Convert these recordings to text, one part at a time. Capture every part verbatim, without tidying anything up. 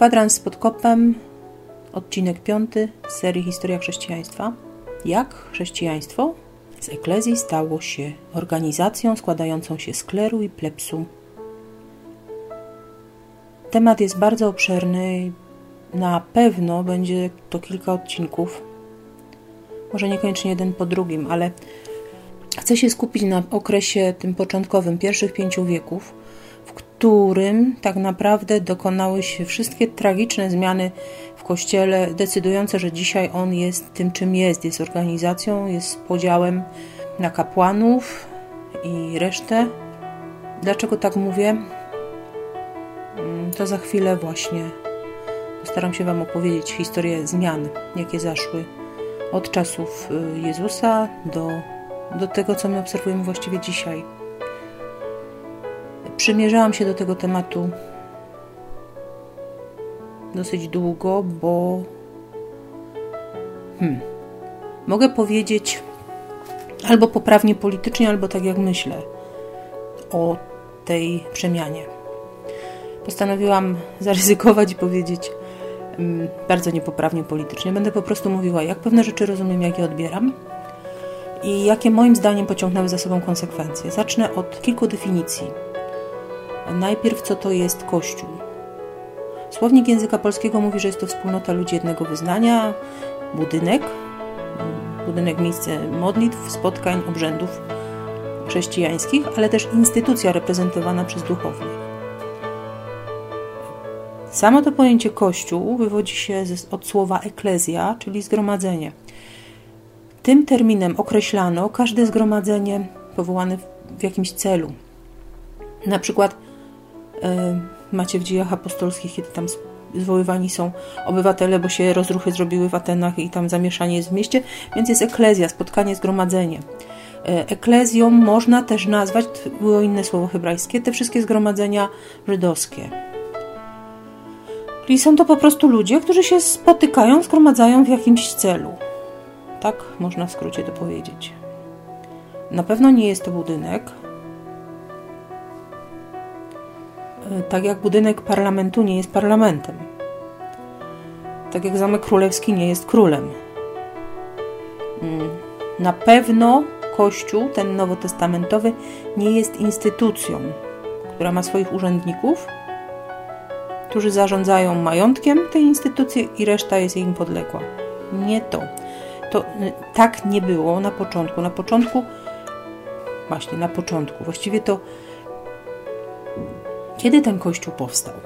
Kwadrans z podkopem, odcinek piąty z serii Historia chrześcijaństwa. Jak chrześcijaństwo z eklezji stało się organizacją składającą się z kleru i plebsu. Temat jest bardzo obszerny, na pewno będzie to kilka odcinków, może niekoniecznie jeden po drugim, ale chcę się skupić na okresie tym początkowym, pierwszych pięciu wieków, w którym tak naprawdę dokonały się wszystkie tragiczne zmiany w Kościele, decydujące, że dzisiaj on jest tym, czym jest. Jest organizacją, jest podziałem na kapłanów i resztę. Dlaczego tak mówię? To za chwilę właśnie postaram się Wam opowiedzieć historię zmian, jakie zaszły od czasów Jezusa do, do tego, co my obserwujemy właściwie dzisiaj. Przymierzałam się do tego tematu dosyć długo, bo hmm, mogę powiedzieć albo poprawnie politycznie, albo tak jak myślę o tej przemianie. Postanowiłam zaryzykować i powiedzieć um, bardzo niepoprawnie politycznie. Będę po prostu mówiła, jak pewne rzeczy rozumiem, jak je odbieram i jakie moim zdaniem pociągnęły za sobą konsekwencje. Zacznę od kilku definicji. Najpierw, co to jest Kościół. Słownik języka polskiego mówi, że jest to wspólnota ludzi jednego wyznania, budynek, budynek miejsce modlitw, spotkań, obrzędów chrześcijańskich, ale też instytucja reprezentowana przez duchownych. Samo to pojęcie Kościół wywodzi się od słowa eklezja, czyli zgromadzenie. Tym terminem określano każde zgromadzenie powołane w jakimś celu. Na przykład e, macie w Dziejach Apostolskich, kiedy tam zwoływani są obywatele, bo się rozruchy zrobiły w Atenach i tam zamieszanie jest w mieście, więc jest eklezja, spotkanie, zgromadzenie. E, eklezją można też nazwać, było inne słowo hebrajskie, te wszystkie zgromadzenia żydowskie. Czyli są to po prostu ludzie, którzy się spotykają, zgromadzają w jakimś celu. Tak można w skrócie to powiedzieć. Na pewno nie jest to budynek. Tak jak budynek parlamentu nie jest parlamentem. Tak jak Zamek Królewski nie jest królem. Na pewno Kościół, ten nowotestamentowy, nie jest instytucją, która ma swoich urzędników, którzy zarządzają majątkiem tej instytucji i reszta jest im podległa. Nie to. To tak nie było na początku. Na początku, właśnie na początku, właściwie to kiedy ten Kościół powstał?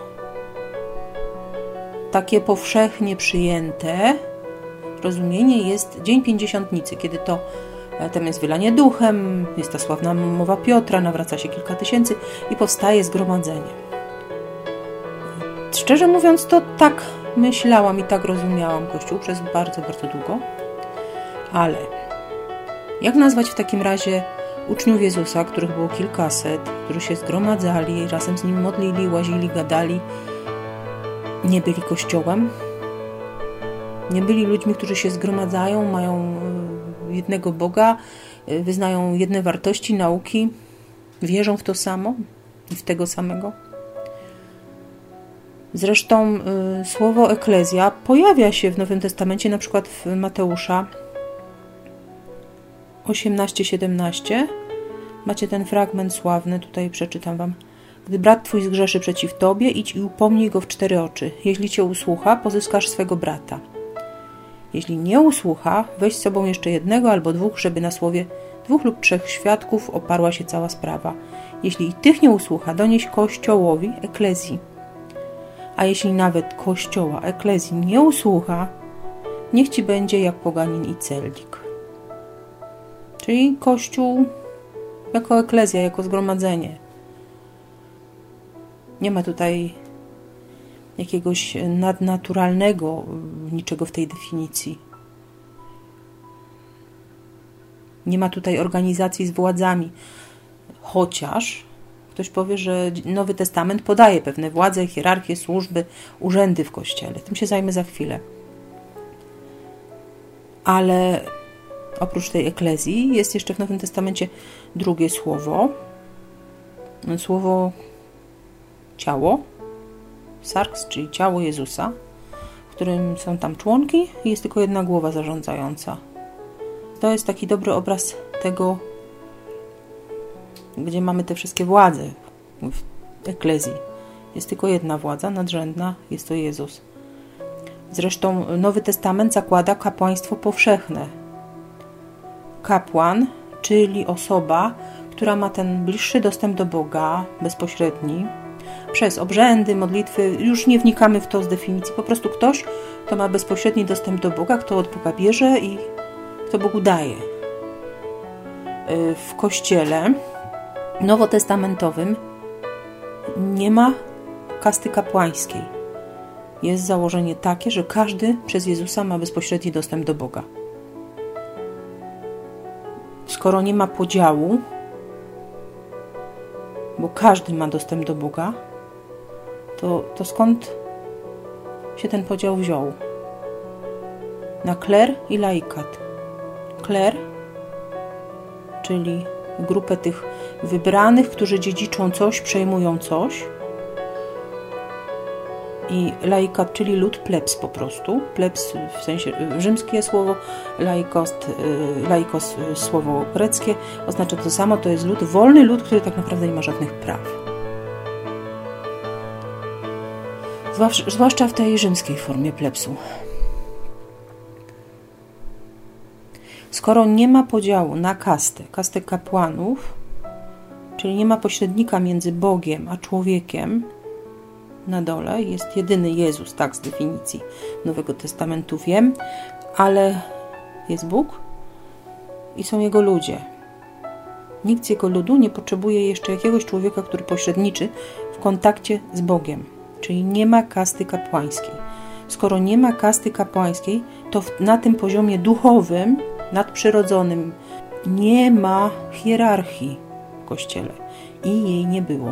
Takie powszechnie przyjęte rozumienie jest Dzień Pięćdziesiątnicy, kiedy to tam jest wylanie duchem, jest ta sławna mowa Piotra, nawraca się kilka tysięcy i powstaje zgromadzenie. Szczerze mówiąc, to tak myślałam i tak rozumiałam Kościół przez bardzo, bardzo długo. Ale jak nazwać w takim razie uczniów Jezusa, których było kilkaset, którzy się zgromadzali, razem z Nim modlili, łazili, gadali, nie byli Kościołem? Nie byli ludźmi, którzy się zgromadzają, mają jednego Boga, wyznają jedne wartości, nauki, wierzą w to samo i w tego samego? Zresztą y, słowo eklezja pojawia się w Nowym Testamencie, na przykład w Mateusza osiemnaście siedemnaście. Macie ten fragment sławny, tutaj przeczytam Wam. Gdy brat Twój zgrzeszy przeciw Tobie, idź i upomnij go w cztery oczy. Jeśli Cię usłucha, pozyskasz swego brata. Jeśli nie usłucha, weź z sobą jeszcze jednego albo dwóch, żeby na słowie dwóch lub trzech świadków oparła się cała sprawa. Jeśli i tych nie usłucha, donieś Kościołowi, eklezji. A jeśli nawet Kościoła, eklezji nie usłucha, niech Ci będzie jak poganin i celnik. Czyli Kościół jako eklezja, jako zgromadzenie. Nie ma tutaj jakiegoś nadnaturalnego niczego w tej definicji. Nie ma tutaj organizacji z władzami. Chociaż ktoś powie, że Nowy Testament podaje pewne władze, hierarchie, służby, urzędy w Kościele. Tym się zajmę za chwilę. Ale oprócz tej eklezji jest jeszcze w Nowym Testamencie drugie słowo. Słowo ciało, sarks, czyli ciało Jezusa, w którym są tam członki i jest tylko jedna głowa zarządzająca. To jest taki dobry obraz tego, gdzie mamy te wszystkie władze w eklezji. Jest tylko jedna władza nadrzędna, jest to Jezus. Zresztą Nowy Testament zakłada kapłaństwo powszechne. Kapłan, czyli osoba, która ma ten bliższy dostęp do Boga, bezpośredni, przez obrzędy, modlitwy, już nie wnikamy w to z definicji, po prostu ktoś, kto ma bezpośredni dostęp do Boga, kto od Boga bierze i kto Bogu daje. W Kościele nowotestamentowym nie ma kasty kapłańskiej. Jest założenie takie, że każdy przez Jezusa ma bezpośredni dostęp do Boga. Skoro nie ma podziału, bo każdy ma dostęp do Boga, to, to skąd się ten podział wziął? Na kler i laikat. Kler, czyli grupę tych wybranych, którzy dziedziczą coś, przejmują coś, i laikat, czyli lud, plebs po prostu. Plebs w sensie rzymskie słowo, laikos, laikos słowo greckie, oznacza to samo, to jest lud, wolny lud, który tak naprawdę nie ma żadnych praw. Zwłaszcza w tej rzymskiej formie plebsu. Skoro nie ma podziału na kastę, kastę kapłanów, czyli nie ma pośrednika między Bogiem a człowiekiem, na dole jest jedyny Jezus, tak z definicji Nowego Testamentu wiem, ale jest Bóg i są Jego ludzie. Nikt z Jego ludu nie potrzebuje jeszcze jakiegoś człowieka, który pośredniczy w kontakcie z Bogiem, czyli nie ma kasty kapłańskiej. Skoro nie ma kasty kapłańskiej, to na tym poziomie duchowym, nadprzyrodzonym nie ma hierarchii w Kościele i jej nie było.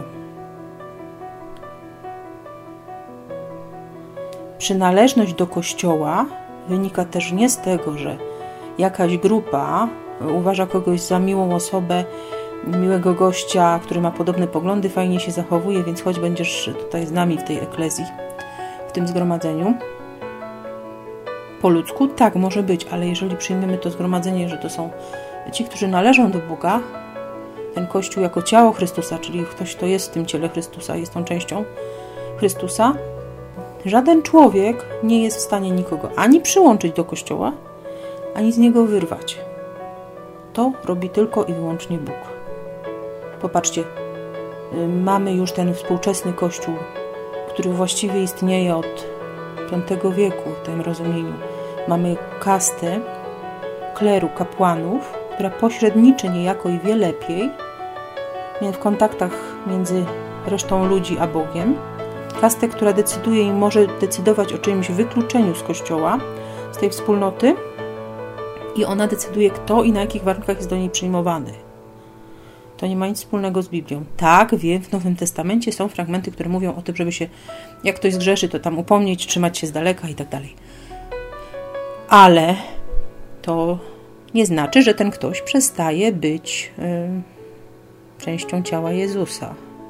Przynależność do Kościoła wynika też nie z tego, że jakaś grupa uważa kogoś za miłą osobę, miłego gościa, który ma podobne poglądy, fajnie się zachowuje, więc choć będziesz tutaj z nami w tej eklezji, w tym zgromadzeniu. Po ludzku tak może być, ale jeżeli przyjmiemy to zgromadzenie, że to są ci, którzy należą do Boga, ten Kościół jako ciało Chrystusa, czyli ktoś, kto jest w tym ciele Chrystusa, jest tą częścią Chrystusa, żaden człowiek nie jest w stanie nikogo ani przyłączyć do Kościoła, ani z niego wyrwać. To robi tylko i wyłącznie Bóg. Popatrzcie, mamy już ten współczesny Kościół, który właściwie istnieje od piątego wieku w tym rozumieniu. Mamy kastę kleru, kapłanów, która pośredniczy niejako i wie lepiej w kontaktach między resztą ludzi a Bogiem. Kastę, która decyduje i może decydować o czyimś wykluczeniu z Kościoła, z tej wspólnoty, i ona decyduje, kto i na jakich warunkach jest do niej przyjmowany. To nie ma nic wspólnego z Biblią. Tak, wiem, w Nowym Testamencie są fragmenty, które mówią o tym, żeby się, jak ktoś zgrzeszy, to tam upomnieć, trzymać się z daleka i tak dalej. Ale to nie znaczy, że ten ktoś przestaje być yy, częścią ciała Jezusa.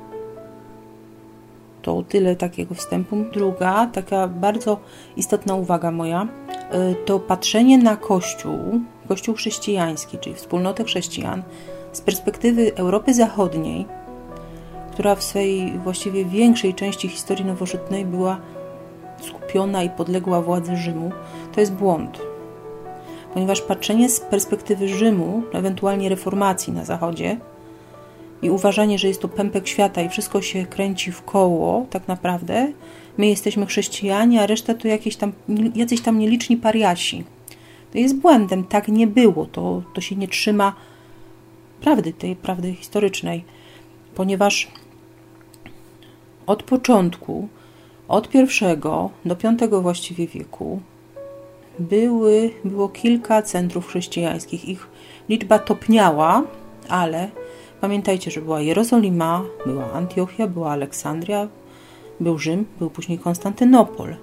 To tyle takiego wstępu. Druga, taka bardzo istotna uwaga moja, to patrzenie na Kościół, Kościół chrześcijański, czyli wspólnotę chrześcijan, z perspektywy Europy Zachodniej, która w swej właściwie większej części historii nowożytnej była skupiona i podległa władzy Rzymu, to jest błąd. Ponieważ patrzenie z perspektywy Rzymu, ewentualnie reformacji na Zachodzie, i uważanie, że jest to pępek świata i wszystko się kręci w koło, tak naprawdę my jesteśmy chrześcijanie, a reszta to jakieś tam, jacyś tam nieliczni pariasi. To jest błędem, tak nie było, to, to się nie trzyma prawdy, tej prawdy historycznej, ponieważ od początku, od pierwszego do piątego właściwie wieku były, było kilka centrów chrześcijańskich. Ich liczba topniała, ale pamiętajcie, że była Jerozolima, była Antiochia, była Aleksandria, był Rzym, był później Konstantynopol.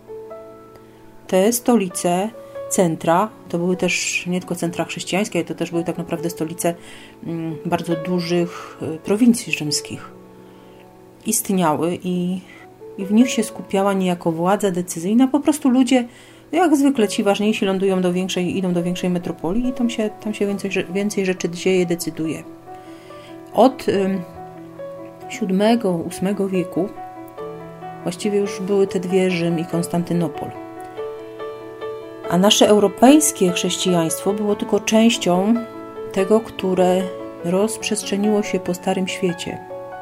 Te stolice, centra, to były też nie tylko centra chrześcijańskie, to też były tak naprawdę stolice bardzo dużych prowincji rzymskich. Istniały i i w nich się skupiała niejako władza decyzyjna. Po prostu ludzie, jak zwykle ci ważniejsi, lądują do większej, idą do większej metropolii i tam się, tam się więcej, więcej rzeczy dzieje, decyduje. Od siódmego ósmego wieku właściwie już były te dwie, Rzym i Konstantynopol. A nasze europejskie chrześcijaństwo było tylko częścią tego, które rozprzestrzeniło się po Starym Świecie.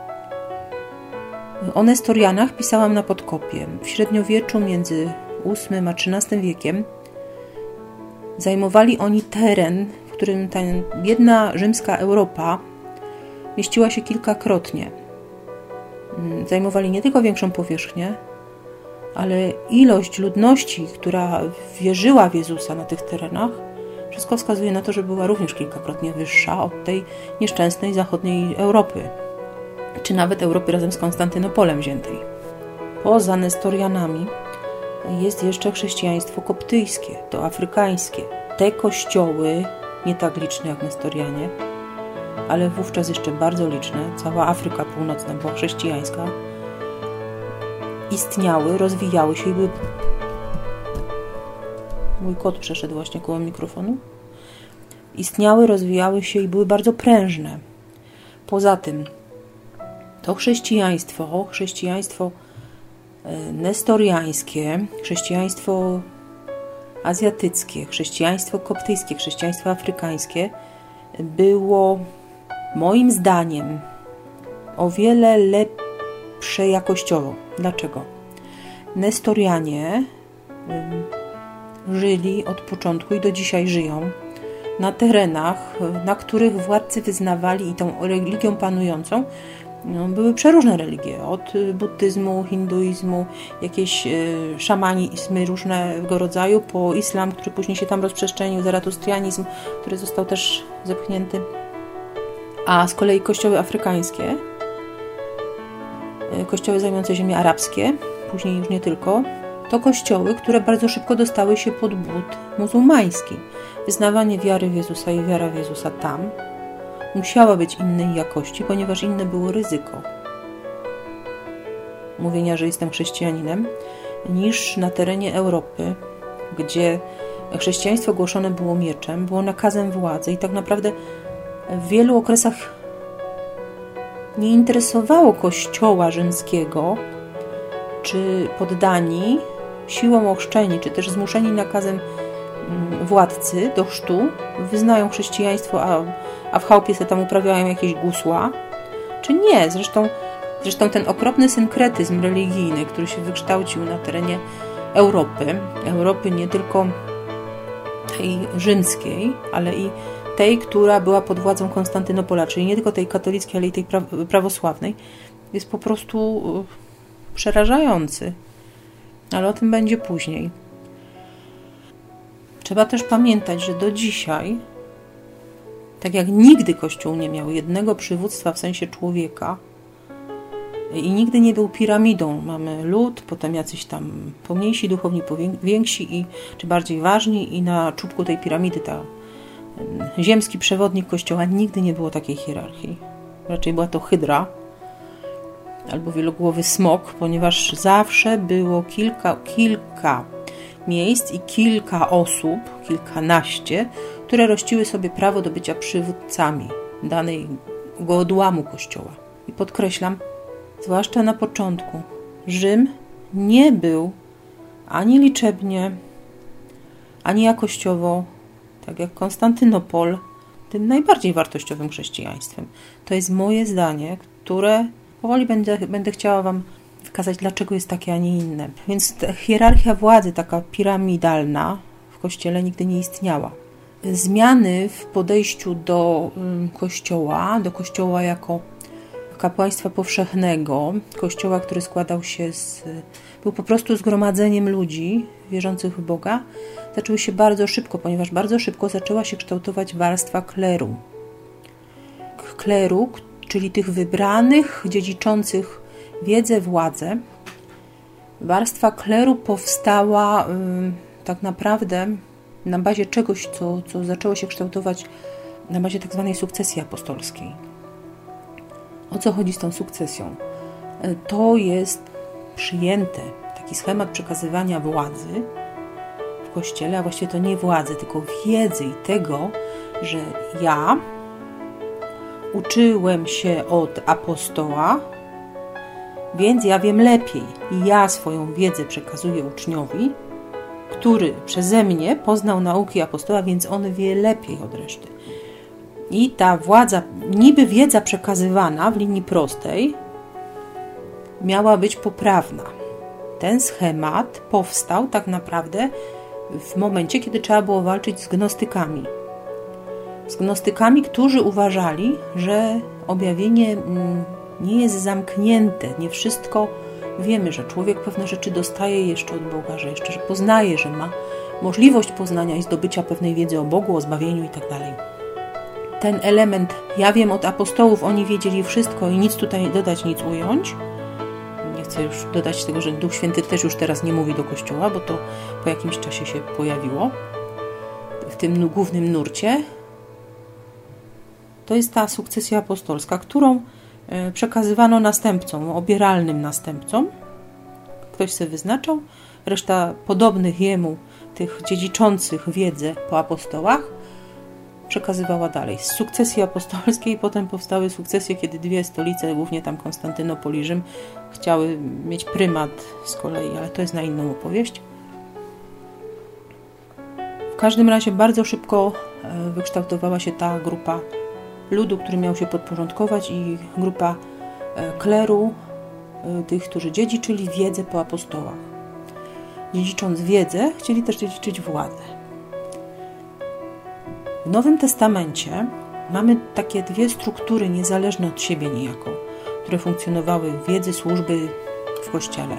O Nestorianach pisałam na Podkopie. W średniowieczu między ósmym a trzynastym wiekiem zajmowali oni teren, w którym ta biedna rzymska Europa mieściła się kilkakrotnie. Zajmowali nie tylko większą powierzchnię, ale ilość ludności, która wierzyła w Jezusa na tych terenach, wszystko wskazuje na to, że była również kilkakrotnie wyższa od tej nieszczęsnej zachodniej Europy, czy nawet Europy razem z Konstantynopolem wziętej. Poza Nestorianami jest jeszcze chrześcijaństwo koptyjskie, to afrykańskie. Te kościoły, nie tak liczne jak Nestorianie, ale wówczas jeszcze bardzo liczne, cała Afryka Północna była chrześcijańska, istniały, rozwijały się i były... Mój kot przeszedł właśnie koło mikrofonu. Istniały, rozwijały się i były bardzo prężne. Poza tym to chrześcijaństwo, chrześcijaństwo nestoriańskie, chrześcijaństwo azjatyckie, chrześcijaństwo koptyjskie, chrześcijaństwo afrykańskie było moim zdaniem o wiele lepsze jakościowo. Dlaczego? Nestorianie żyli od początku i do dzisiaj żyją na terenach, na których władcy wyznawali i tą religią panującą no, były przeróżne religie, od buddyzmu, hinduizmu, jakieś y, szamanizmy różnego rodzaju, po islam, który później się tam rozprzestrzenił, zaratustrianizm, który został też zepchnięty. A z kolei kościoły afrykańskie, y, kościoły zajmujące ziemie arabskie, później już nie tylko, to kościoły, które bardzo szybko dostały się pod but muzułmański. Wyznawanie wiary w Jezusa i wiara w Jezusa tam musiała być innej jakości, ponieważ inne było ryzyko mówienia, że jestem chrześcijaninem, niż na terenie Europy, gdzie chrześcijaństwo głoszone było mieczem, było nakazem władzy i tak naprawdę w wielu okresach nie interesowało Kościoła rzymskiego, czy poddani siłą ochrzczeni, czy też zmuszeni nakazem władcy do chrztu, wyznają chrześcijaństwo, a, a w chałupie sobie tam uprawiają jakieś gusła, czy nie. Zresztą, zresztą ten okropny synkretyzm religijny, który się wykształcił na terenie Europy, Europy nie tylko tej rzymskiej, ale i tej, która była pod władzą Konstantynopola, czyli nie tylko tej katolickiej, ale i tej pra- prawosławnej, jest po prostu przerażający. Ale o tym będzie później. Trzeba też pamiętać, że do dzisiaj, tak jak nigdy Kościół nie miał jednego przywództwa w sensie człowieka i nigdy nie był piramidą. Mamy lud, potem jacyś tam pomniejsi duchowni, więksi i, czy bardziej ważni i na czubku tej piramidy ta ziemski przewodnik Kościoła. Nigdy nie było takiej hierarchii. Raczej była to hydra albo wielogłowy smok, ponieważ zawsze było kilka, kilka miejsc i kilka osób, kilkanaście, które rościły sobie prawo do bycia przywódcami danego odłamu Kościoła. I podkreślam, zwłaszcza na początku, Rzym nie był ani liczebnie, ani jakościowo, tak jak Konstantynopol, tym najbardziej wartościowym chrześcijaństwem. To jest moje zdanie, które powoli będę, będę chciała Wam wskazać, dlaczego jest takie, a nie inne. Więc ta hierarchia władzy, taka piramidalna w Kościele nigdy nie istniała. Zmiany w podejściu do Kościoła, do Kościoła jako kapłaństwa powszechnego, Kościoła, który składał się z... był po prostu zgromadzeniem ludzi wierzących w Boga, zaczęły się bardzo szybko, ponieważ bardzo szybko zaczęła się kształtować warstwa kleru. Kleru, czyli tych wybranych, dziedziczących wiedzę, władzę. Warstwa kleru powstała yy, tak naprawdę na bazie czegoś, co, co zaczęło się kształtować na bazie tak zwanej sukcesji apostolskiej. O co chodzi z tą sukcesją? To jest przyjęte, taki schemat przekazywania władzy w Kościele, a właściwie to nie władzy, tylko wiedzy i tego, że ja uczyłem się od apostoła, więc ja wiem lepiej i ja swoją wiedzę przekazuję uczniowi, który przeze mnie poznał nauki apostoła, więc on wie lepiej od reszty. I ta władza, niby wiedza przekazywana w linii prostej, miała być poprawna. Ten schemat powstał tak naprawdę w momencie, kiedy trzeba było walczyć z gnostykami. Z gnostykami, którzy uważali, że objawienie nie jest zamknięte, nie wszystko wiemy, że człowiek pewne rzeczy dostaje jeszcze od Boga, że jeszcze że poznaje, że ma możliwość poznania i zdobycia pewnej wiedzy o Bogu, o zbawieniu i tak dalej. Ten element, ja wiem od apostołów, oni wiedzieli wszystko i nic tutaj dodać, nic ująć. Nie chcę już dodać tego, że Duch Święty też już teraz nie mówi do Kościoła, bo to po jakimś czasie się pojawiło w tym głównym nurcie. To jest ta sukcesja apostolska, którą przekazywano następcom, obieralnym następcom. Ktoś sobie wyznaczał, reszta podobnych jemu, tych dziedziczących wiedzę po apostołach, przekazywała dalej. Z sukcesji apostolskiej potem powstały sukcesje, kiedy dwie stolice, głównie tam Konstantynopol i Rzym, chciały mieć prymat z kolei, ale to jest na inną opowieść. W każdym razie bardzo szybko wykształtowała się ta grupa ludu, który miał się podporządkować, i grupa kleru, tych, którzy dziedziczyli wiedzę po apostołach. Dziedzicząc wiedzę, chcieli też dziedziczyć władzę. W Nowym Testamencie mamy takie dwie struktury niezależne od siebie niejako, które funkcjonowały w wiedzy, służby w Kościele.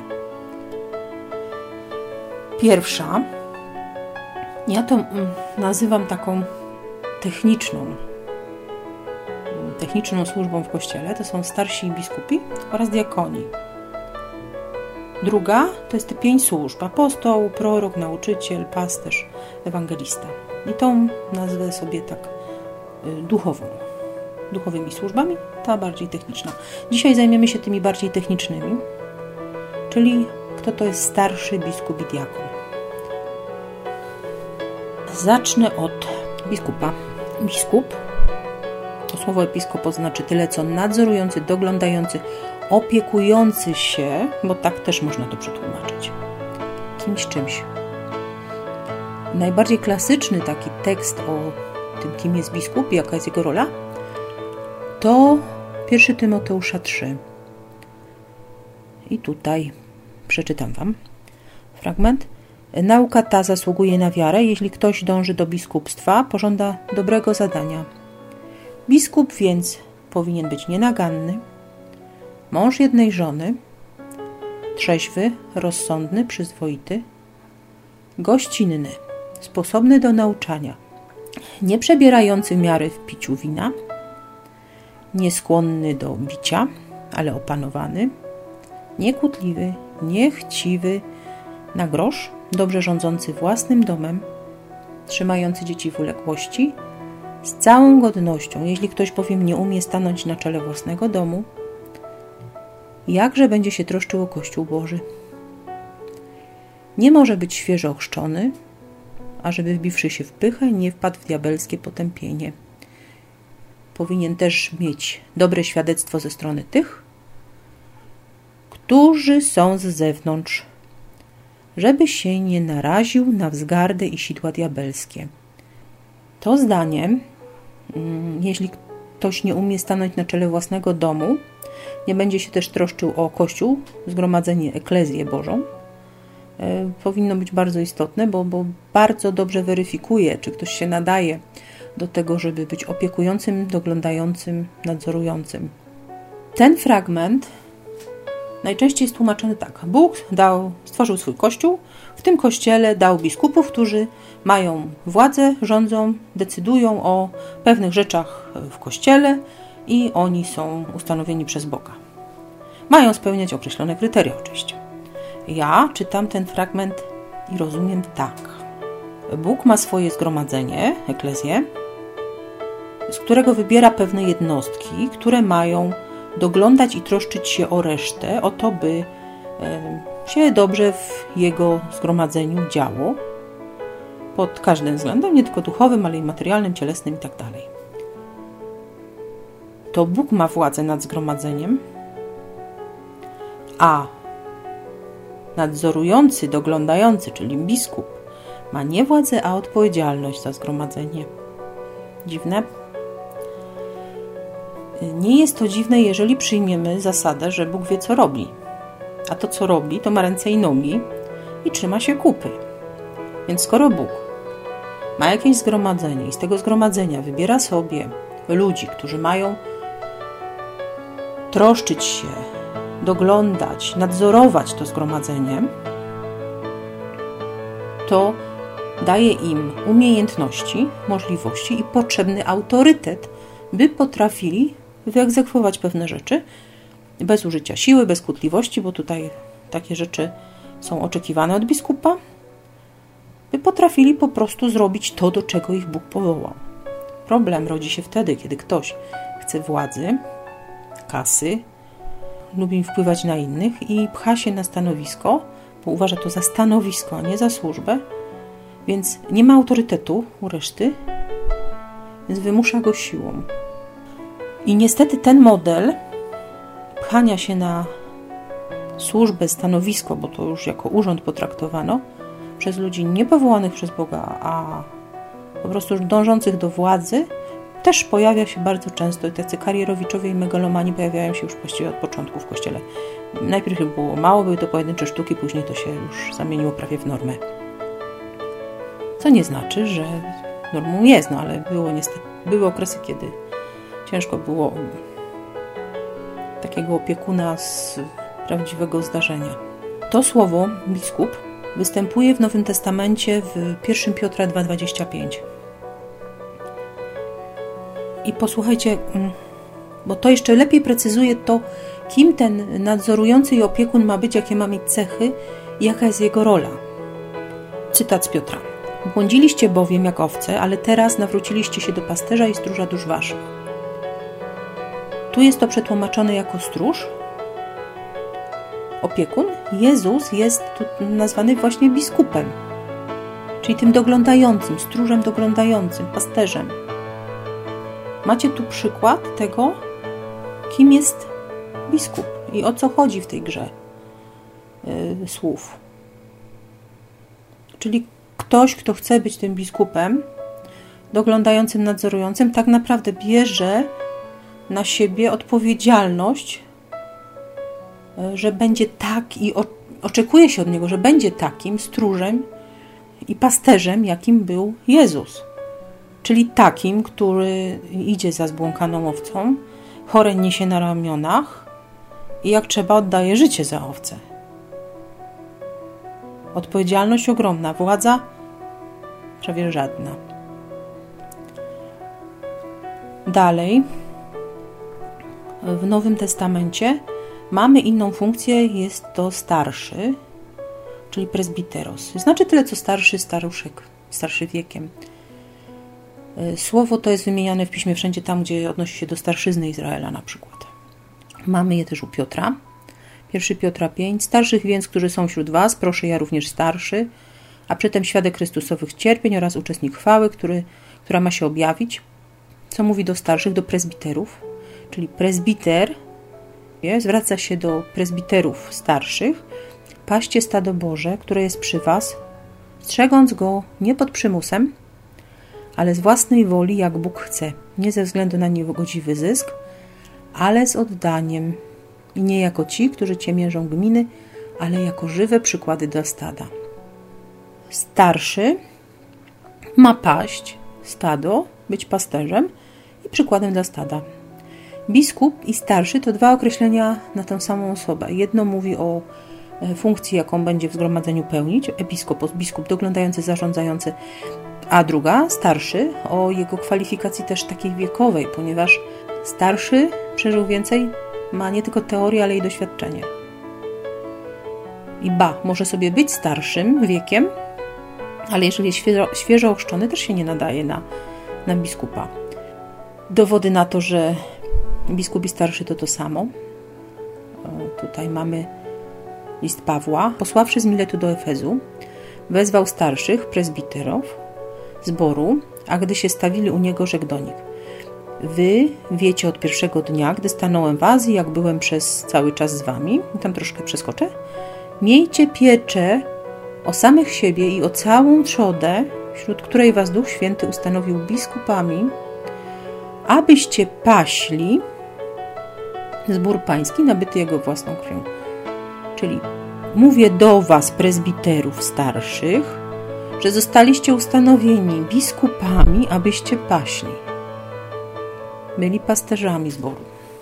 Pierwsza, ja to nazywam taką techniczną, techniczną służbą w Kościele, to są starsi biskupi oraz diakoni. Druga to jest te pięć służb: apostoł, prorok, nauczyciel, pasterz, ewangelista. I tą nazwę sobie tak duchową, duchowymi służbami, ta bardziej techniczna. Dzisiaj zajmiemy się tymi bardziej technicznymi, czyli kto to jest starszy biskup i diakon. Zacznę od biskupa. Biskup, to słowo episkopos znaczy tyle co nadzorujący, doglądający, opiekujący się, bo tak też można to przetłumaczyć, kimś czymś. Najbardziej klasyczny taki tekst o tym, kim jest biskup i jaka jest jego rola, to pierwszy Tymoteusza trzy. I tutaj przeczytam Wam fragment. Nauka ta zasługuje na wiarę, jeśli ktoś dąży do biskupstwa, pożąda dobrego zadania. Biskup więc powinien być nienaganny, mąż jednej żony, trzeźwy, rozsądny, przyzwoity, gościnny, sposobny do nauczania, nie przebierający miary w piciu wina, nieskłonny do bicia, ale opanowany, niekłótliwy, niechciwy na grosz, dobrze rządzący własnym domem, trzymający dzieci w uległości, z całą godnością, jeśli ktoś bowiem nie umie stanąć na czele własnego domu, jakże będzie się troszczył o Kościół Boży. Nie może być świeżo ochrzczony, ażeby wbiwszy się w pychę, nie wpadł w diabelskie potępienie. Powinien też mieć dobre świadectwo ze strony tych, którzy są z zewnątrz, żeby się nie naraził na wzgardę i sidła diabelskie. To zdanie, jeśli ktoś nie umie stanąć na czele własnego domu, nie będzie się też troszczył o Kościół, zgromadzenie, eklezję Bożą, powinno być bardzo istotne, bo, bo bardzo dobrze weryfikuje, czy ktoś się nadaje do tego, żeby być opiekującym, doglądającym, nadzorującym. Ten fragment najczęściej jest tłumaczony tak. Bóg dał, stworzył swój Kościół, w tym Kościele dał biskupów, którzy mają władzę, rządzą, decydują o pewnych rzeczach w Kościele i oni są ustanowieni przez Boga. Mają spełniać określone kryteria oczywiście. Ja czytam ten fragment i rozumiem tak. Bóg ma swoje zgromadzenie, eklezję, z którego wybiera pewne jednostki, które mają doglądać i troszczyć się o resztę, o to, by się dobrze w jego zgromadzeniu działo. Pod każdym względem, nie tylko duchowym, ale i materialnym, cielesnym i tak dalej. To Bóg ma władzę nad zgromadzeniem, a nadzorujący, doglądający, czyli biskup, ma nie władzę, a odpowiedzialność za zgromadzenie. Dziwne? Nie jest to dziwne, jeżeli przyjmiemy zasadę, że Bóg wie, co robi. A to, co robi, to ma ręce i nogi i trzyma się kupy. Więc skoro Bóg ma jakieś zgromadzenie i z tego zgromadzenia wybiera sobie ludzi, którzy mają troszczyć się, doglądać, nadzorować to zgromadzenie, to daje im umiejętności, możliwości i potrzebny autorytet, by potrafili wyegzekwować pewne rzeczy bez użycia siły, bez kłótliwości, bo tutaj takie rzeczy są oczekiwane od biskupa, by potrafili po prostu zrobić to, do czego ich Bóg powołał. Problem rodzi się wtedy, kiedy ktoś chce władzy, kasy, lubi wpływać na innych i pcha się na stanowisko, bo uważa to za stanowisko, a nie za służbę, więc nie ma autorytetu u reszty, więc wymusza go siłą. I niestety ten model pchania się na służbę, stanowisko, bo to już jako urząd potraktowano, przez ludzi niepowołanych przez Boga, a po prostu już dążących do władzy, też pojawia się bardzo często i tacy karierowiczowie i megalomani pojawiają się już właściwie od początku w Kościele. Najpierw było mało, były to pojedyncze sztuki, później to się już zamieniło prawie w normę. Co nie znaczy, że normą jest, no ale było niestety, były okresy, kiedy ciężko było takiego opiekuna z prawdziwego zdarzenia. To słowo biskup występuje w Nowym Testamencie w pierwszym Piotra dwa dwadzieścia pięć. I posłuchajcie, bo to jeszcze lepiej precyzuje to, kim ten nadzorujący i opiekun ma być, jakie ma mieć cechy i jaka jest jego rola. Cytat z Piotra. Błądziliście bowiem jak owce, ale teraz nawróciliście się do pasterza i stróża dusz waszych. Tu jest to przetłumaczone jako stróż, opiekun. Jezus jest tu nazwany właśnie biskupem, czyli tym doglądającym, stróżem doglądającym, pasterzem. Macie tu przykład tego, kim jest biskup i o co chodzi w tej grze yy, słów. Czyli ktoś, kto chce być tym biskupem, doglądającym, nadzorującym, tak naprawdę bierze na siebie odpowiedzialność, że będzie tak i oczekuje się od niego, że będzie takim stróżem i pasterzem, jakim był Jezus. Czyli takim, który idzie za zbłąkaną owcą, chore niesie na ramionach i jak trzeba oddaje życie za owce. Odpowiedzialność ogromna, władza prawie żadna. Dalej, w Nowym Testamencie mamy inną funkcję, jest to starszy, czyli presbiteros. Znaczy tyle, co starszy, staruszek, starszy wiekiem. Słowo to jest wymieniane w Piśmie wszędzie tam, gdzie odnosi się do starszyzny Izraela na przykład. Mamy je też u Piotra. pierwszy Piotra pięć. Starszych więc, którzy są wśród was, proszę ja również starszy, a przytem świadek Chrystusowych cierpień oraz uczestnik chwały, który, która ma się objawić. Co mówi do starszych, do prezbiterów, czyli prezbiter zwraca się do prezbiterów starszych. Paście stado Boże, które jest przy was, strzegąc go nie pod przymusem, ale z własnej woli, jak Bóg chce, nie ze względu na niegodziwy zysk, ale z oddaniem i nie jako ci, którzy ciemiężą gminy, ale jako żywe przykłady dla stada. Starszy ma paść stado, być pasterzem i przykładem dla stada. Biskup i starszy to dwa określenia na tę samą osobę. Jedno mówi o funkcji, jaką będzie w zgromadzeniu pełnić, episkopos, biskup doglądający, zarządzający, a druga, starszy, o jego kwalifikacji też takiej wiekowej, ponieważ starszy przeżył więcej, ma nie tylko teorię, ale i doświadczenie. I ba, może sobie być starszym wiekiem, ale jeżeli jest świeżo, świeżo ochrzczony, też się nie nadaje na, na biskupa. Dowody na to, że biskup i starszy to to samo. Tutaj mamy list Pawła, posławszy z Miletu do Efezu, wezwał starszych prezbiterów zboru, a gdy się stawili u niego, rzekł do nich: Wy wiecie od pierwszego dnia, gdy stanąłem w Azji, jak byłem przez cały czas z wami, i tam troszkę przeskoczę, miejcie pieczę o samych siebie i o całą trzodę, wśród której was Duch Święty ustanowił biskupami, abyście paśli zbór pański nabyty jego własną krwią. Czyli mówię do was, prezbiterów starszych, że zostaliście ustanowieni biskupami, abyście paśli. Byli pasterzami zboru.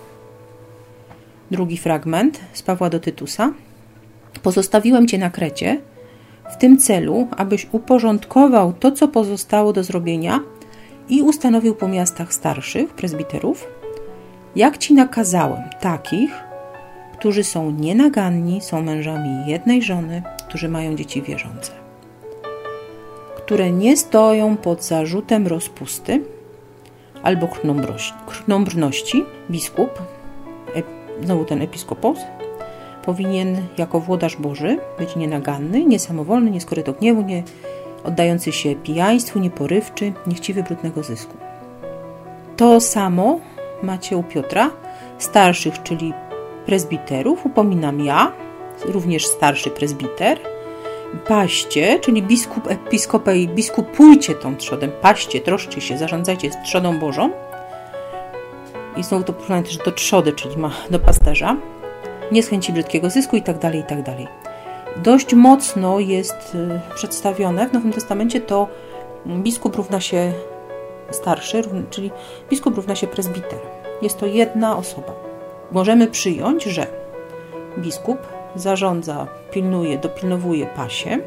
Drugi fragment z Pawła do Tytusa. Pozostawiłem cię na Krecie w tym celu, abyś uporządkował to, co pozostało do zrobienia i ustanowił po miastach starszych, prezbiterów, jak ci nakazałem, takich, którzy są nienaganni, są mężami jednej żony, którzy mają dzieci wierzące, które nie stoją pod zarzutem rozpusty albo krnąbrności. Biskup, znowu ten episkopos, powinien jako włodarz Boży być nienaganny, niesamowolny, nieskory do gniewu, nie oddający się pijaństwu, nieporywczy, niechciwy brudnego zysku. To samo macie u Piotra, starszych, czyli prezbiterów, upominam ja, również starszy prezbiter, paście, czyli biskup, episkopę i biskupujcie tą trzodę, paście, troszcie się, zarządzajcie trzodą Bożą. I znowu to porównanie też do trzody, czyli ma do pasterza, nie z chęci brzydkiego zysku i tak dalej, i tak dalej. Dość mocno jest przedstawione w Nowym Testamencie to biskup równa się starszy, czyli biskup równa się prezbiter. Jest to jedna osoba. Możemy przyjąć, że biskup zarządza, pilnuje, dopilnowuje pasie.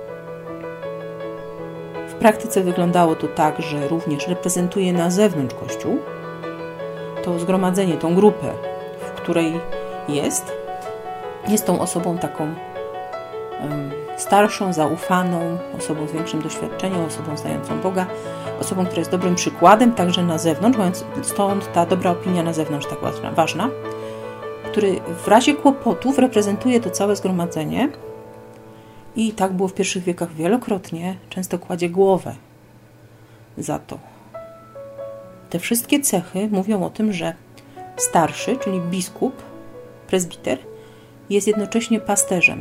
W praktyce wyglądało to tak, że również reprezentuje na zewnątrz Kościół to zgromadzenie, tą grupę, w której jest. Jest tą osobą taką um, starszą, zaufaną, osobą z większym doświadczeniem, osobą znającą Boga, osobą, która jest dobrym przykładem także na zewnątrz, mając stąd ta dobra opinia na zewnątrz tak ważna, który w razie kłopotów reprezentuje to całe zgromadzenie i tak było w pierwszych wiekach wielokrotnie, często kładzie głowę za to. Te wszystkie cechy mówią o tym, że starszy, czyli biskup, prezbiter, jest jednocześnie pasterzem.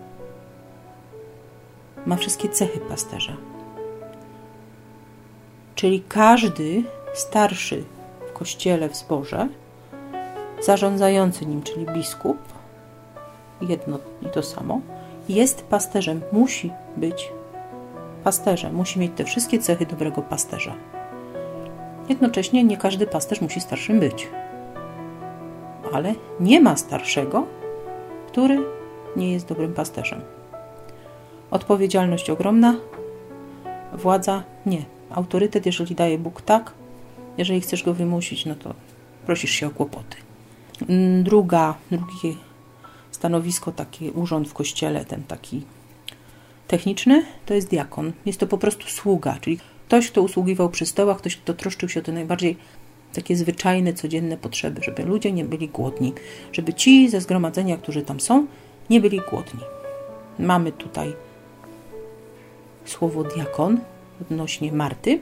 Ma wszystkie cechy pasterza. Czyli każdy starszy w Kościele, w zborze, zarządzający nim, czyli biskup, jedno i to samo, jest pasterzem, musi być pasterzem, musi mieć te wszystkie cechy dobrego pasterza. Jednocześnie nie każdy pasterz musi starszym być. Ale nie ma starszego, który nie jest dobrym pasterzem. Odpowiedzialność ogromna, władza nie. Autorytet, jeżeli daje Bóg, tak. Jeżeli chcesz go wymusić, no to prosisz się o kłopoty. Druga, drugie stanowisko, taki urząd w Kościele, ten taki techniczny, to jest diakon. Jest to po prostu sługa, czyli ktoś, kto usługiwał przy stołach, ktoś, kto troszczył się o te najbardziej takie zwyczajne, codzienne potrzeby, żeby ludzie nie byli głodni, żeby ci ze zgromadzenia, którzy tam są, nie byli głodni. Mamy tutaj słowo diakon odnośnie Marty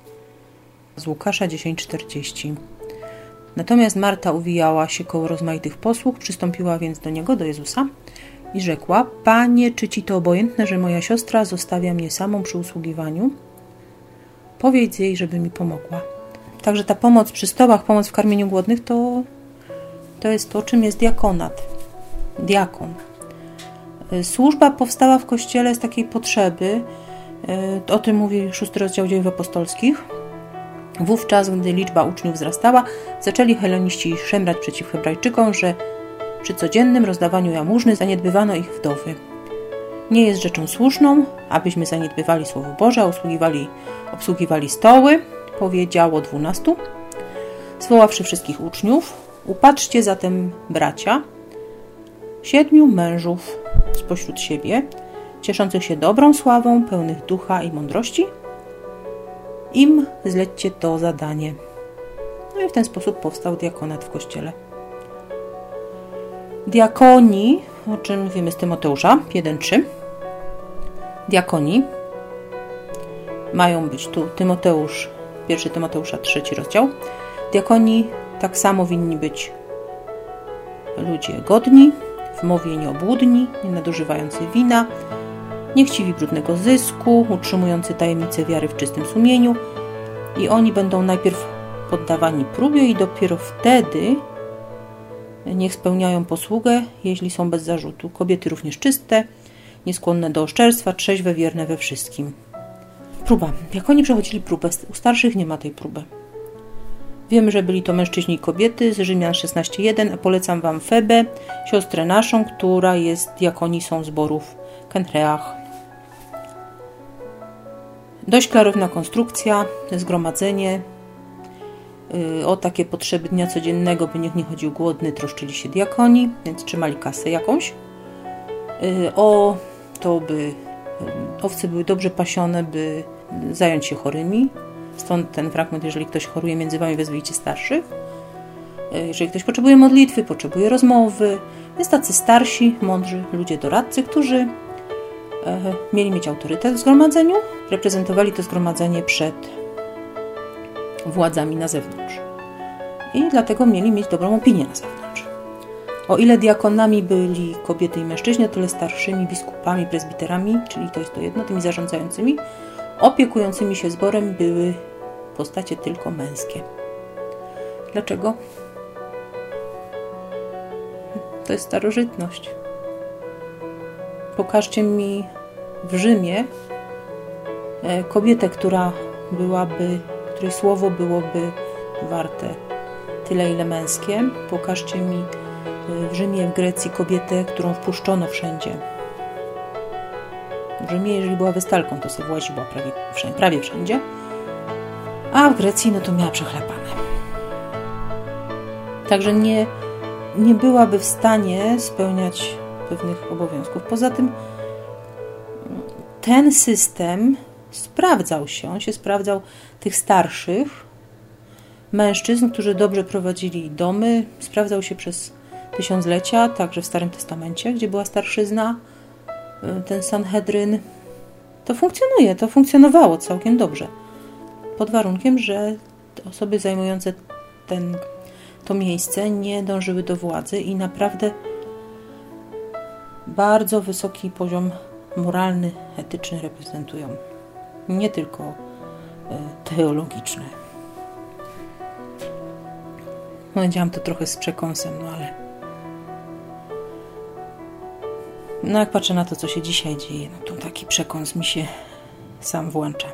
z Łukasza dziesięć czterdzieści. Natomiast Marta uwijała się koło rozmaitych posług, przystąpiła więc do niego, do Jezusa i rzekła: Panie, czy ci to obojętne, że moja siostra zostawia mnie samą przy usługiwaniu? Powiedz jej, żeby mi pomogła. Także ta pomoc przy stołach, pomoc w karmieniu głodnych, to, to jest to, czym jest diakonat. Diakon. Służba powstała w Kościele z takiej potrzeby, o tym mówi szósty rozdział Dziejów Apostolskich. Wówczas, gdy liczba uczniów wzrastała, zaczęli heleniści szemrać przeciw Hebrajczykom, że przy codziennym rozdawaniu jałmużny zaniedbywano ich wdowy. Nie jest rzeczą słuszną, abyśmy zaniedbywali Słowo Boże, a obsługiwali, obsługiwali stoły, powiedziało dwunastu. Zwoławszy wszystkich uczniów, upatrzcie zatem, bracia, siedmiu mężów spośród siebie, cieszących się dobrą sławą, pełnych ducha i mądrości, im zlećcie to zadanie. No i w ten sposób powstał diakonat w Kościele. Diakoni o czym wiemy z Tymoteusza jeden trzy. Diakoni mają być tu Tymoteusz, pierwszy Tymoteusza, trzeci rozdział. Diakoni tak samo winni być ludzie godni, w mowie nieobłudni, nie nadużywający wina, niechciwi brudnego zysku, utrzymujący tajemnicę wiary w czystym sumieniu. I oni będą najpierw poddawani próbie i dopiero wtedy niech spełniają posługę, jeśli są bez zarzutu. Kobiety również czyste, nieskłonne do oszczerstwa, trzeźwe, wierne we wszystkim. Próba. Jak oni przechodzili próbę? U starszych nie ma tej próby. Wiemy, że byli to mężczyźni i kobiety z Rzymian szesnaście jeden. Polecam Wam Febę, siostrę naszą, która jest diakonisą zborów Kenreach. Dość klarowna konstrukcja, zgromadzenie. Yy, o takie potrzeby dnia codziennego, by nikt nie chodził głodny, troszczyli się diakoni, więc trzymali kasę jakąś. Yy, o to, by yy, owce były dobrze pasione, by zająć się chorymi. Stąd ten fragment, jeżeli ktoś choruje między Wami, wezwijcie starszych. Yy, jeżeli ktoś potrzebuje modlitwy, potrzebuje rozmowy, jest tacy starsi, mądrzy ludzie doradcy, którzy yy, mieli mieć autorytet w zgromadzeniu, reprezentowali to zgromadzenie przed władzami na zewnątrz. I dlatego mieli mieć dobrą opinię na zewnątrz. O ile diakonami byli kobiety i mężczyźni, o tyle starszymi biskupami, prezbiterami, czyli to jest to jedno, tymi zarządzającymi, opiekującymi się zborem były postacie tylko męskie. Dlaczego? To jest starożytność. Pokażcie mi w Rzymie kobietę, która byłaby której słowo byłoby warte tyle, ile męskie. Pokażcie mi w Rzymie, w Grecji kobietę, którą wpuszczono wszędzie. W Rzymie, jeżeli była westalką, to sobie właziła prawie wszędzie, prawie wszędzie. A w Grecji, no to miała przechlepane. Także nie, nie byłaby w stanie spełniać pewnych obowiązków. Poza tym ten system sprawdzał się, on się sprawdzał tych starszych mężczyzn, którzy dobrze prowadzili domy, sprawdzał się przez tysiąclecia, także w Starym Testamencie, gdzie była starszyzna, ten Sanhedryn. To funkcjonuje, to funkcjonowało całkiem dobrze. Pod warunkiem, że osoby zajmujące ten, to miejsce nie dążyły do władzy i naprawdę bardzo wysoki poziom moralny, etyczny reprezentują. Nie tylko teologiczny. Powiedziałam to trochę z przekąsem, no ale no jak patrzę na to, co się dzisiaj dzieje, no to taki przekąs mi się sam włącza.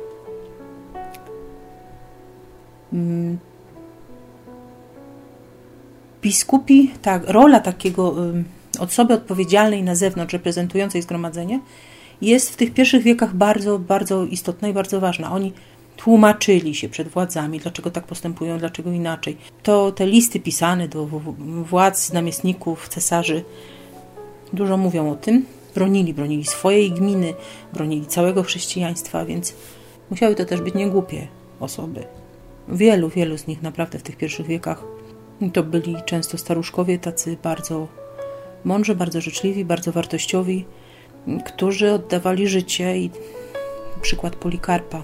Biskupi, tak, rola takiego osoby odpowiedzialnej na zewnątrz, reprezentującej zgromadzenie, jest w tych pierwszych wiekach bardzo, bardzo istotna i bardzo ważna. Oni tłumaczyli się przed władzami, dlaczego tak postępują, dlaczego inaczej. To te listy pisane do władz, namiestników, cesarzy dużo mówią o tym. Bronili, bronili swojej gminy, bronili całego chrześcijaństwa, więc musiały to też być niegłupie osoby. Wielu, wielu z nich naprawdę w tych pierwszych wiekach to byli często staruszkowie, tacy bardzo mądrzy, bardzo życzliwi, bardzo wartościowi, którzy oddawali życie. I przykład Polikarpa,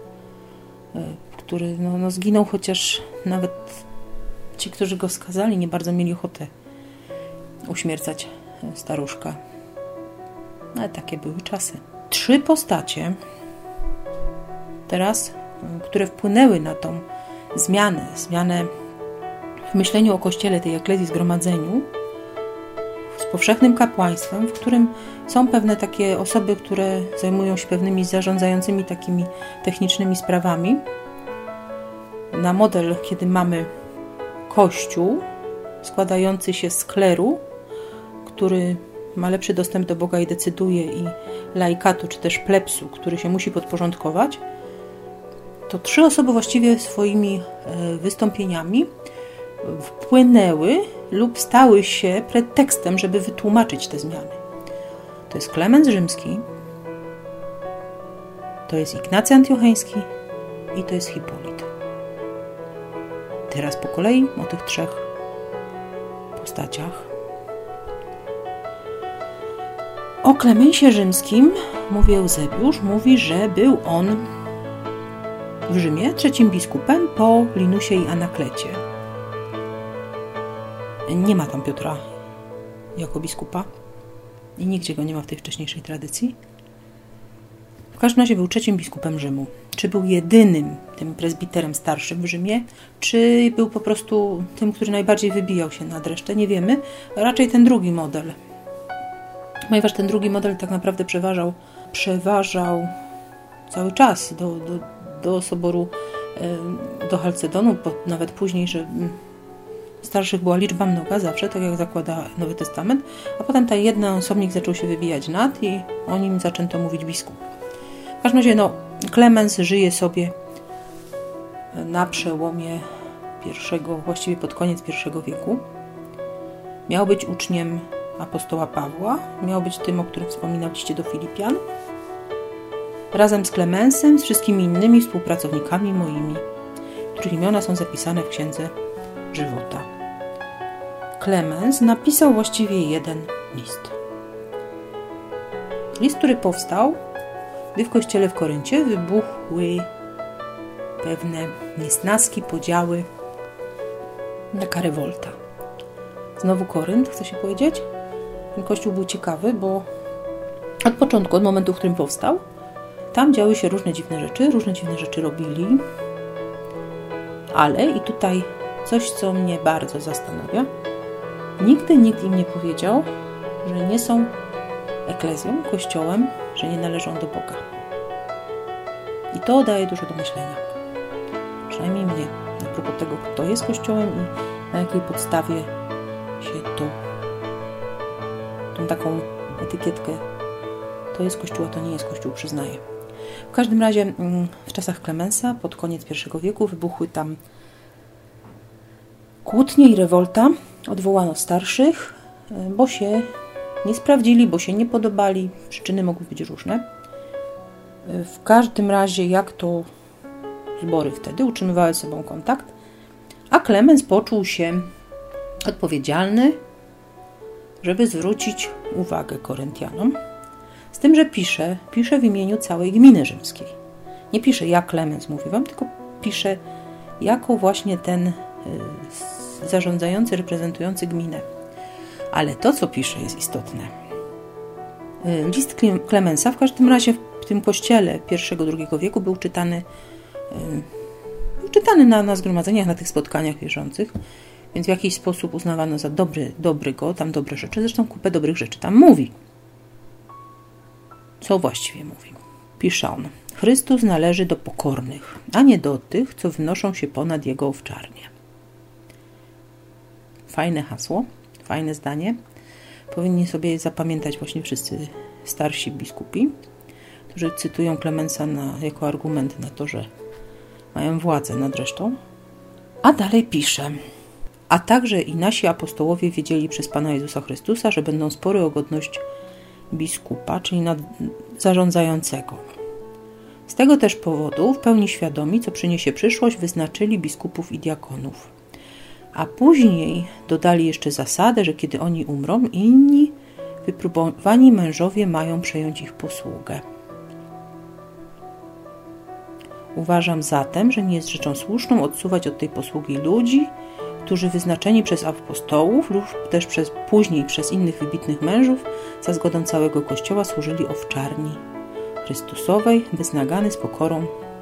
który no, no zginął, chociaż nawet ci, którzy go skazali, nie bardzo mieli ochotę uśmiercać staruszka. Ale takie były czasy. Trzy postacie teraz, które wpłynęły na tą zmianę, zmianę w myśleniu o Kościele, tej eklezji, zgromadzeniu, z powszechnym kapłaństwem, w którym są pewne takie osoby, które zajmują się pewnymi zarządzającymi takimi technicznymi sprawami. Na model, kiedy mamy Kościół składający się z kleru, który ma lepszy dostęp do Boga i decyduje, i laikatu, czy też plebsu, który się musi podporządkować, to trzy osoby właściwie swoimi wystąpieniami wpłynęły lub stały się pretekstem, żeby wytłumaczyć te zmiany. To jest Klemens Rzymski, to jest Ignacy Antiocheński i to jest Hipolit. Teraz po kolei o tych trzech postaciach. O Klemensie Rzymskim mówi Eusebiusz, mówi, że był on w Rzymie trzecim biskupem po Linusie i Anaklecie. Nie ma tam Piotra jako biskupa i nigdzie go nie ma w tej wcześniejszej tradycji. W każdym razie był trzecim biskupem Rzymu. Czy był jedynym tym prezbiterem starszym w Rzymie, czy był po prostu tym, który najbardziej wybijał się nad resztę, nie wiemy. Raczej ten drugi model. Ponieważ ten drugi model tak naprawdę przeważał, przeważał cały czas do, do, do soboru, do Chalcedonu, nawet później, że starszych była liczba mnoga zawsze, tak jak zakłada Nowy Testament, a potem ten jeden osobnik zaczął się wybijać nad i o nim zaczęto mówić biskup. W każdym razie, no, Klemens żyje sobie na przełomie pierwszego, właściwie pod koniec pierwszego wieku. Miał być uczniem apostoła Pawła, miał być tym, o którym wspominał w liście do Filipian, razem z Klemensem, z wszystkimi innymi współpracownikami moimi, których imiona są zapisane w Księdze Żywota. Klemens napisał właściwie jeden list. List, który powstał, gdy w kościele w Koryncie wybuchły pewne niesnaski, podziały, taka rewolta. Znowu Korynt, chce się powiedzieć. Ten kościół był ciekawy, bo od początku, od momentu, w którym powstał, tam działy się różne dziwne rzeczy, różne dziwne rzeczy robili, ale i tutaj coś, co mnie bardzo zastanawia, nigdy nikt im nie powiedział, że nie są eklezją, kościołem, że nie należą do Boga. I to daje dużo do myślenia. Przynajmniej mnie. A propos tego, kto jest kościołem i na jakiej podstawie się to, tą taką etykietkę to jest kościół, a to nie jest kościół, przyznaje. W każdym razie w czasach Klemensa, pod koniec pierwszego wieku, wybuchły tam kłótnie i rewolta. Odwołano starszych, bo się nie sprawdzili, bo się nie podobali. Przyczyny mogły być różne. W każdym razie, jak to zbory wtedy utrzymywały z sobą kontakt, a Klemens poczuł się odpowiedzialny, żeby zwrócić uwagę Koryntianom. Z tym, że pisze, pisze w imieniu całej gminy rzymskiej. Nie pisze ja Klemens, mówi wam, tylko pisze jako właśnie ten y, zarządzający, reprezentujący gminę. Ale to, co pisze, jest istotne. Y, list Klemensa w każdym razie w tym kościele pierwszego drugiego wieku był czytany, y, był czytany na, na zgromadzeniach, na tych spotkaniach wierzących, więc w jakiś sposób uznawano za dobry, dobry go, tam dobre rzeczy. Zresztą kupę dobrych rzeczy tam mówi. Co właściwie mówi? Pisze on. Chrystus należy do pokornych, a nie do tych, co wnoszą się ponad Jego owczarnię. Fajne hasło, fajne zdanie. Powinni sobie zapamiętać właśnie wszyscy starsi biskupi, którzy cytują Klemensa na, jako argument na to, że mają władzę nad resztą. A dalej pisze. A także i nasi apostołowie wiedzieli przez Pana Jezusa Chrystusa, że będą spory o godność biskupa, czyli nad zarządzającego. Z tego też powodu, w pełni świadomi, co przyniesie przyszłość, wyznaczyli biskupów i diakonów. A później dodali jeszcze zasadę, że kiedy oni umrą, inni wypróbowani mężowie mają przejąć ich posługę. Uważam zatem, że nie jest rzeczą słuszną odsuwać od tej posługi ludzi, którzy wyznaczeni przez apostołów lub też przez, później przez innych wybitnych mężów za zgodą całego Kościoła służyli owczarni Chrystusowej, wyznagany z pokorą.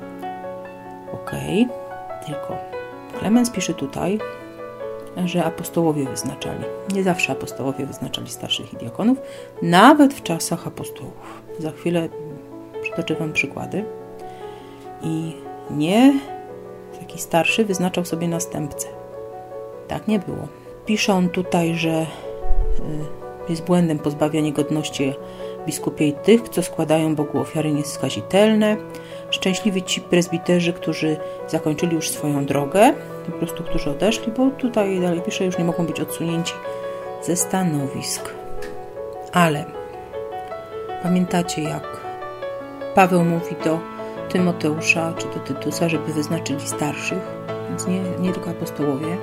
Okej, okay. Tylko Klemens pisze tutaj, że apostołowie wyznaczali. Nie zawsze apostołowie wyznaczali starszych i diakonów, nawet w czasach apostołów. Za chwilę przytoczę wam przykłady. I nie taki starszy wyznaczał sobie następcę. Tak nie było. Pisze on tutaj, że jest błędem pozbawianie godności biskupiej tych, co składają Bogu ofiary nieskazitelne. Szczęśliwi ci prezbiterzy, którzy zakończyli już swoją drogę, po prostu którzy odeszli, bo tutaj dalej pisze, już nie mogą być odsunięci ze stanowisk. Ale pamiętacie, jak Paweł mówi do Tymoteusza czy do Tytusa, żeby wyznaczyli starszych, więc nie, nie tylko apostołowie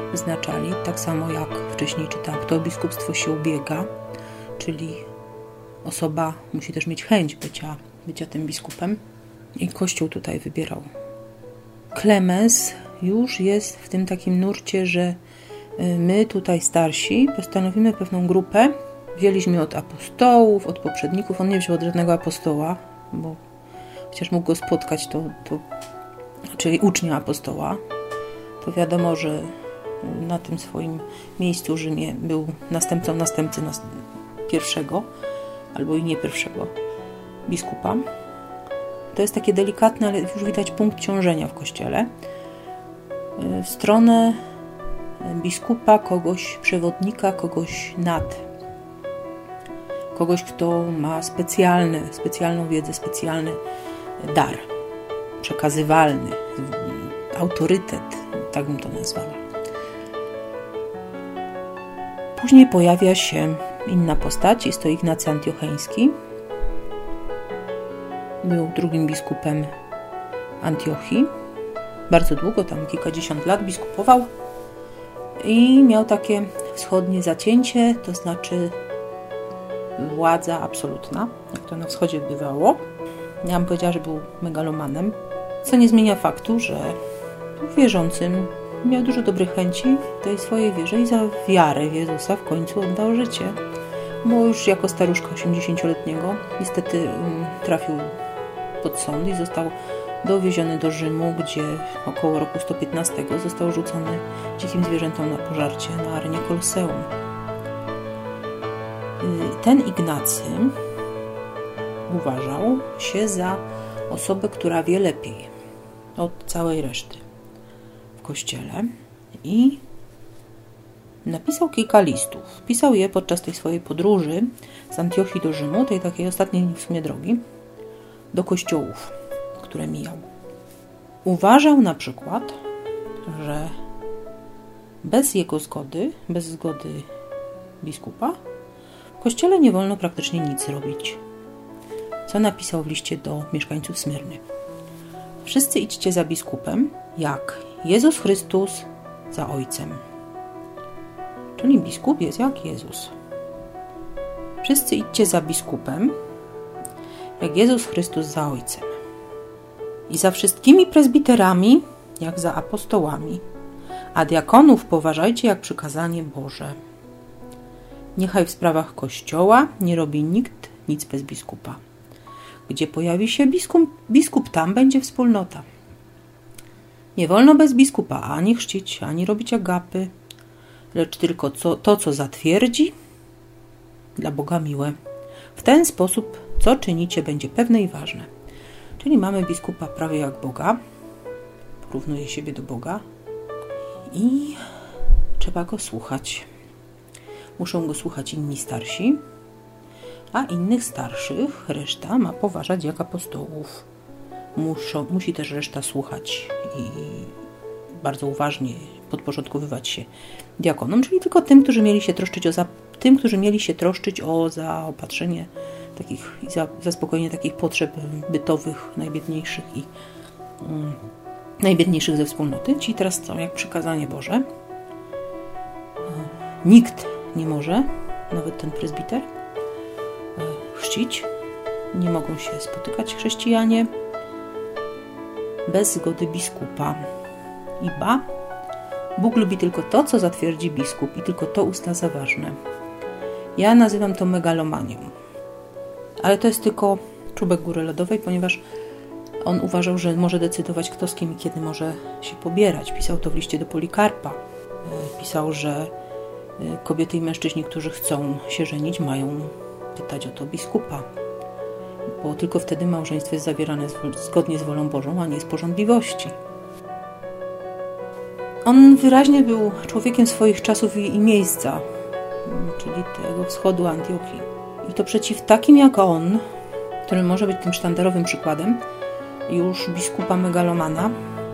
wyznaczali, tak samo jak wcześniej czytałam, kto o biskupstwo się ubiega, czyli osoba musi też mieć chęć bycia, bycia tym biskupem. I Kościół tutaj wybierał. Klemens już jest w tym takim nurcie, że my tutaj starsi postanowimy pewną grupę. Wzięliśmy od apostołów, od poprzedników. On nie wziął od żadnego apostoła, bo chociaż mógł go spotkać, to, to czyli ucznia apostoła, to wiadomo, że na tym swoim miejscu w Rzymie był następcą następcy nas pierwszego, albo i nie pierwszego biskupa. To jest takie delikatne, ale już widać punkt ciążenia w Kościele. W stronę biskupa, kogoś, przewodnika, kogoś nad. Kogoś, kto ma specjalny, specjalną wiedzę, specjalny dar. Przekazywalny, autorytet, tak bym to nazwała. Później pojawia się inna postać, jest to Ignacy Antiocheński. Był drugim biskupem Antiochii. Bardzo długo, tam kilkadziesiąt lat biskupował i miał takie wschodnie zacięcie, to znaczy władza absolutna, jak to na wschodzie bywało. Ja bym powiedziała, że był megalomanem, co nie zmienia faktu, że był wierzącym, miał dużo dobrych chęci w tej swojej wierze i za wiarę w Jezusa w końcu oddał życie. Bo już jako staruszka osiemdziesięcioletniego niestety trafił pod sąd i został dowieziony do Rzymu, gdzie około roku sto piętnastego został rzucony dzikim zwierzętom na pożarcie na arenie Koloseum. Ten Ignacy uważał się za osobę, która wie lepiej od całej reszty w Kościele i napisał kilka listów. Pisał je podczas tej swojej podróży z Antiochii do Rzymu, tej takiej ostatniej w sumie drogi, do kościołów, które mijał. Uważał na przykład, że bez jego zgody, bez zgody biskupa, w kościele nie wolno praktycznie nic robić. Co napisał w liście do mieszkańców Smyrny. Wszyscy idźcie za biskupem, jak Jezus Chrystus za Ojcem. Czyli biskup jest jak Jezus. Wszyscy idźcie za biskupem, jak Jezus Chrystus za Ojcem. I za wszystkimi prezbiterami, jak za apostołami, a diakonów poważajcie jak przykazanie Boże. Niechaj w sprawach Kościoła nie robi nikt nic bez biskupa. Gdzie pojawi się biskup, biskup tam będzie wspólnota. Nie wolno bez biskupa ani chrzcić, ani robić agapy, lecz tylko co, to, co zatwierdzi, dla Boga miłe. W ten sposób, co czynicie, będzie pewne i ważne. Czyli mamy biskupa prawie jak Boga, porównuje siebie do Boga i trzeba go słuchać. Muszą go słuchać inni starsi, a innych starszych reszta ma poważać jak apostołów. Muszą, musi też reszta słuchać i bardzo uważnie podporządkowywać się diakonom, czyli tylko tym, którzy mieli się troszczyć o za, tym, którzy mieli się troszczyć o zaopatrzenie takich i za, zaspokojenie takich potrzeb bytowych najbiedniejszych i um, najbiedniejszych ze wspólnoty. Ci teraz są jak przykazanie Boże. Nikt nie może, nawet ten prezbiter, chrzcić. Nie mogą się spotykać chrześcijanie bez zgody biskupa. I ba, Bóg lubi tylko to, co zatwierdzi biskup i tylko to uzna za ważne. Ja nazywam to megalomanią. Ale to jest tylko czubek góry lodowej, ponieważ on uważał, że może decydować, kto z kim i kiedy może się pobierać. Pisał to w liście do Polikarpa. Pisał, że kobiety i mężczyźni, którzy chcą się żenić, mają pytać o to biskupa. Bo tylko wtedy małżeństwo jest zawierane zgodnie z wolą Bożą, a nie z pożądliwości. On wyraźnie był człowiekiem swoich czasów i, i miejsca, czyli tego wschodu Antiochii. I to przeciw takim jak on, który może być tym sztandarowym przykładem, już biskupa megalomana,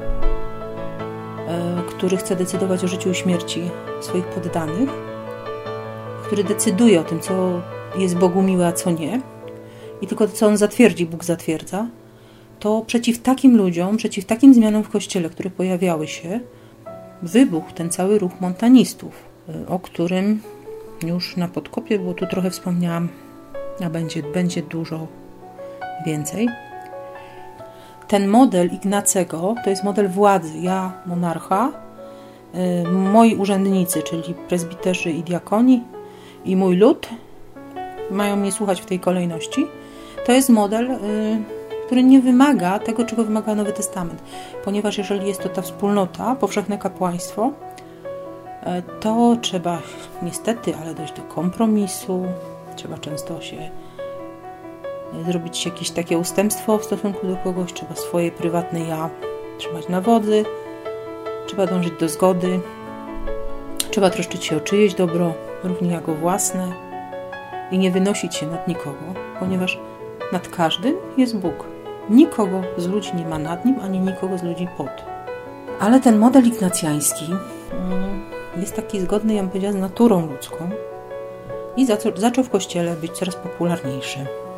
e, który chce decydować o życiu i śmierci swoich poddanych, który decyduje o tym, co jest Bogu miłe, a co nie, i tylko to, co on zatwierdzi, Bóg zatwierdza, to przeciw takim ludziom, przeciw takim zmianom w Kościele, które pojawiały się, wybuchł ten cały ruch montanistów, o którym już na podkopie, bo tu trochę wspomniałam a będzie, będzie dużo więcej. Ten model Ignacego to jest model władzy. Ja, monarcha, yy, moi urzędnicy, czyli prezbiterzy i diakoni i mój lud mają mnie słuchać w tej kolejności. To jest model, yy, który nie wymaga tego, czego wymaga Nowy Testament. Ponieważ jeżeli jest to ta wspólnota, powszechne kapłaństwo, yy, to trzeba niestety, ale dojść do kompromisu. Trzeba często się zrobić jakieś takie ustępstwo w stosunku do kogoś, trzeba swoje prywatne ja trzymać na wodzy, trzeba dążyć do zgody, trzeba troszczyć się o czyjeś dobro, równie jak o własne i nie wynosić się nad nikogo, ponieważ nad każdym jest Bóg. Nikogo z ludzi nie ma nad nim, ani nikogo z ludzi pod. Ale ten model ignacjański jest taki zgodny, ja bym powiedziała, z naturą ludzką i zaczął w Kościele być coraz popularniejszy.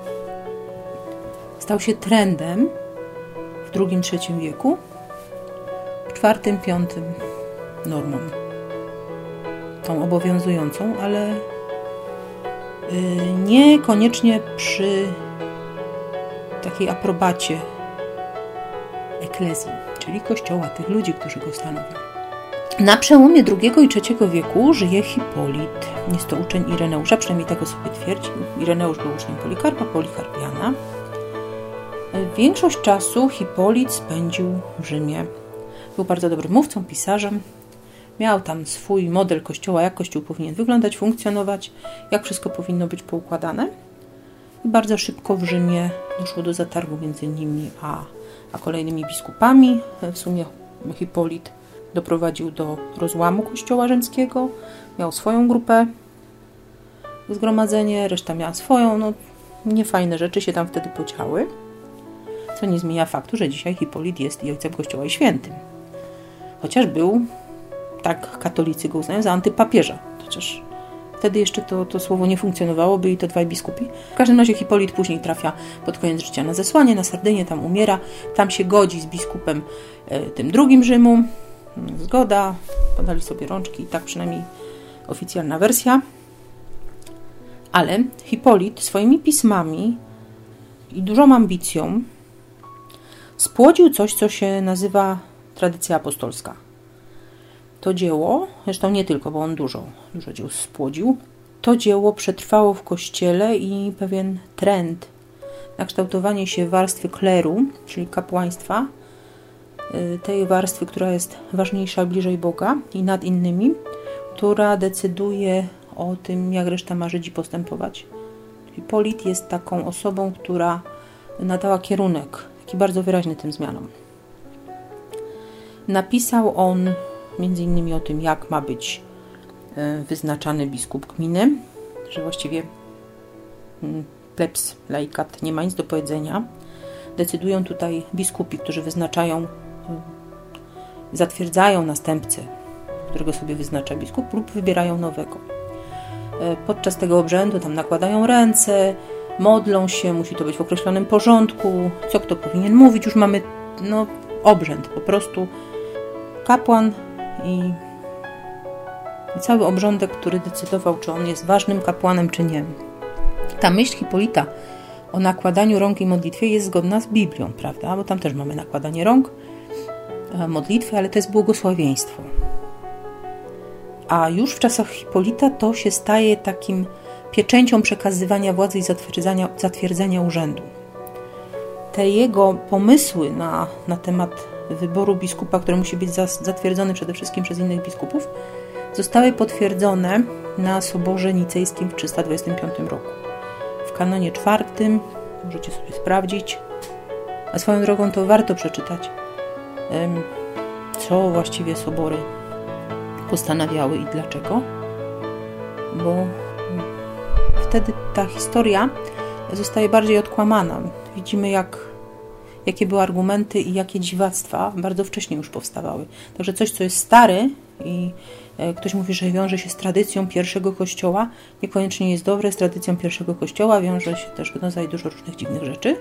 Stał się trendem w drugim, trzecim wieku, w czwartym, piątym normą. Tą obowiązującą, ale yy, niekoniecznie przy takiej aprobacie eklezji, czyli Kościoła, tych ludzi, którzy go stanowią. Na przełomie drugiego i trzeciego wieku żyje Hipolit. Jest to uczeń Ireneusza, przynajmniej tego sobie twierdzi. Ireneusz był uczniem Polikarpa, Polikarp Jana. Większość czasu Hipolit spędził w Rzymie. Był bardzo dobrym mówcą, pisarzem. Miał tam swój model kościoła, jak kościół powinien wyglądać, funkcjonować, jak wszystko powinno być poukładane. I bardzo szybko w Rzymie doszło do zatargu między nimi a, a kolejnymi biskupami. W sumie Hipolit doprowadził do rozłamu kościoła rzymskiego. Miał swoją grupę, zgromadzenie, reszta miała swoją. No, niefajne rzeczy się tam wtedy podziały. Co nie zmienia faktu, że dzisiaj Hipolit jest i ojcem Kościoła i świętym. Chociaż był, tak katolicy go uznają, za antypapieża. Chociaż wtedy jeszcze to, to słowo nie funkcjonowało, byli to dwaj biskupi. W każdym razie Hipolit później trafia pod koniec życia na zesłanie, na Sardynię, tam umiera. Tam się godzi z biskupem e, tym drugim Rzymu. Zgoda, podali sobie rączki, tak przynajmniej oficjalna wersja. Ale Hipolit swoimi pismami i dużą ambicją spłodził coś, co się nazywa tradycja apostolska. To dzieło, zresztą nie tylko, bo on dużo, dużo dzieł spłodził, to dzieło przetrwało w Kościele i pewien trend na kształtowanie się warstwy kleru, czyli kapłaństwa, tej warstwy, która jest ważniejsza bliżej Boga i nad innymi, która decyduje o tym, jak reszta ma żyć i postępować. Hipolit jest taką osobą, która nadała kierunek, taki bardzo wyraźny tym zmianom. Napisał on między innymi o tym, jak ma być wyznaczany biskup gminy, że właściwie plebs, laikat nie ma nic do powiedzenia. Decydują tutaj biskupi, którzy wyznaczają, zatwierdzają następcę, którego sobie wyznacza biskup, lub wybierają nowego. Podczas tego obrzędu tam nakładają ręce, modlą się, musi to być w określonym porządku, co kto powinien mówić. Już mamy no, obrzęd, po prostu kapłan i, i cały obrządek, który decydował, czy on jest ważnym kapłanem, czy nie. Ta myśl Hipolita o nakładaniu rąk i modlitwie jest zgodna z Biblią, prawda? Bo tam też mamy nakładanie rąk, modlitwy, ale to jest błogosławieństwo. A już w czasach Hipolita to się staje takim pieczęcią przekazywania władzy i zatwierdzania, zatwierdzenia urzędu. Te jego pomysły na, na temat wyboru biskupa, który musi być zatwierdzony przede wszystkim przez innych biskupów, zostały potwierdzone na Soborze Nicejskim w trzysta dwudziestym piątym roku. W kanonie czwartym, możecie sobie sprawdzić, a swoją drogą to warto przeczytać, co właściwie sobory postanawiały i dlaczego, bo wtedy ta historia zostaje bardziej odkłamana. Widzimy, jak, jakie były argumenty i jakie dziwactwa bardzo wcześnie już powstawały. Także coś, co jest stare i ktoś mówi, że wiąże się z tradycją pierwszego kościoła, niekoniecznie jest dobre. Z tradycją pierwszego kościoła wiąże się też rodzaj dużo różnych dziwnych rzeczy,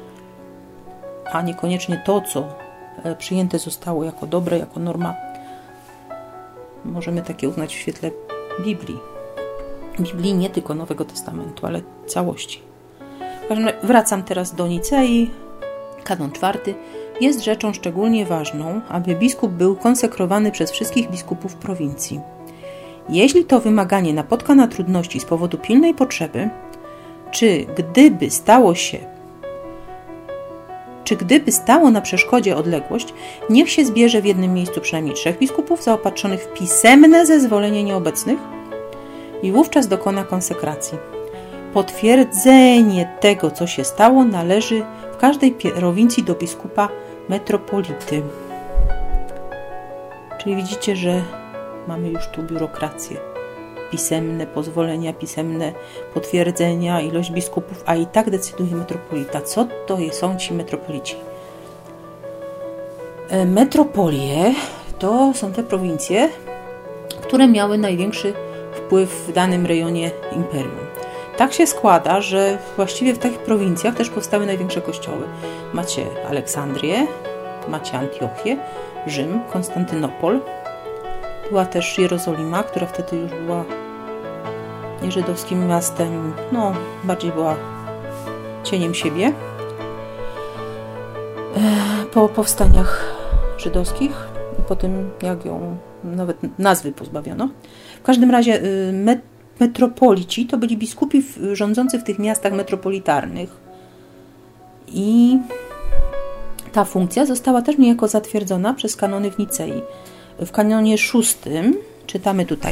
a niekoniecznie to, co przyjęte zostało jako dobre, jako norma, możemy takie uznać w świetle Biblii. Biblii, nie tylko Nowego Testamentu, ale całości. Wracam teraz do Nicei. Kanon czwarty. Jest rzeczą szczególnie ważną, aby biskup był konsekrowany przez wszystkich biskupów prowincji. Jeśli to wymaganie napotka na trudności z powodu pilnej potrzeby, czy gdyby stało się, czy gdyby stało na przeszkodzie odległość, niech się zbierze w jednym miejscu przynajmniej trzech biskupów zaopatrzonych w pisemne zezwolenie nieobecnych i wówczas dokona konsekracji. Potwierdzenie tego, co się stało, należy w każdej prowincji do biskupa metropolity. Czyli widzicie, że mamy już tu biurokrację. Pisemne pozwolenia, pisemne potwierdzenia, ilość biskupów, a i tak decyduje metropolita. Co to są ci metropolici? Metropolie to są te prowincje, które miały największy wpływ w danym rejonie imperium. Tak się składa, że właściwie w tych prowincjach też powstały największe kościoły. Macie Aleksandrię, macie Antiochię, Rzym, Konstantynopol. Była też Jerozolima, która wtedy już była nie żydowskim miastem, no bardziej była cieniem siebie. Po powstaniach żydowskich i po tym, jak ją nawet nazwy pozbawiono. W każdym razie met metropolici to byli biskupi rządzący w tych miastach metropolitarnych i ta funkcja została też niejako zatwierdzona przez kanony w Nicei. W kanonie szóstym czytamy tutaj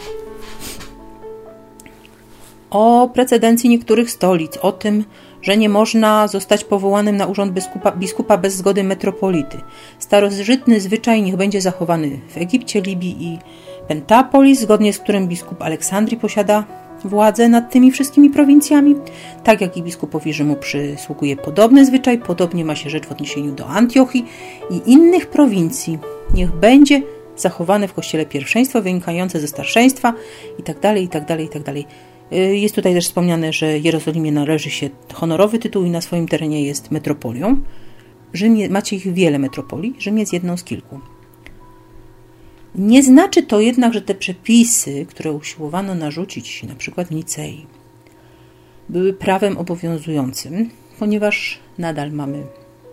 o precedencji niektórych stolic, o tym, że nie można zostać powołanym na urząd biskupa, biskupa bez zgody metropolity. Starożytny zwyczaj niech będzie zachowany w Egipcie, Libii i Pentapolis, zgodnie z którym biskup Aleksandrii posiada władzę nad tymi wszystkimi prowincjami. Tak jak i biskupowi Rzymu przysługuje podobny zwyczaj, podobnie ma się rzecz w odniesieniu do Antiochii i innych prowincji. Niech będzie zachowane w Kościele pierwszeństwo wynikające ze starszeństwa itd., itd., itd. Jest tutaj też wspomniane, że Jerozolimie należy się honorowy tytuł i na swoim terenie jest metropolią. Rzym, macie ich wiele metropolii, Rzym jest jedną z kilku. Nie znaczy to jednak, że te przepisy, które usiłowano narzucić na przykład w Nicei, były prawem obowiązującym, ponieważ nadal mamy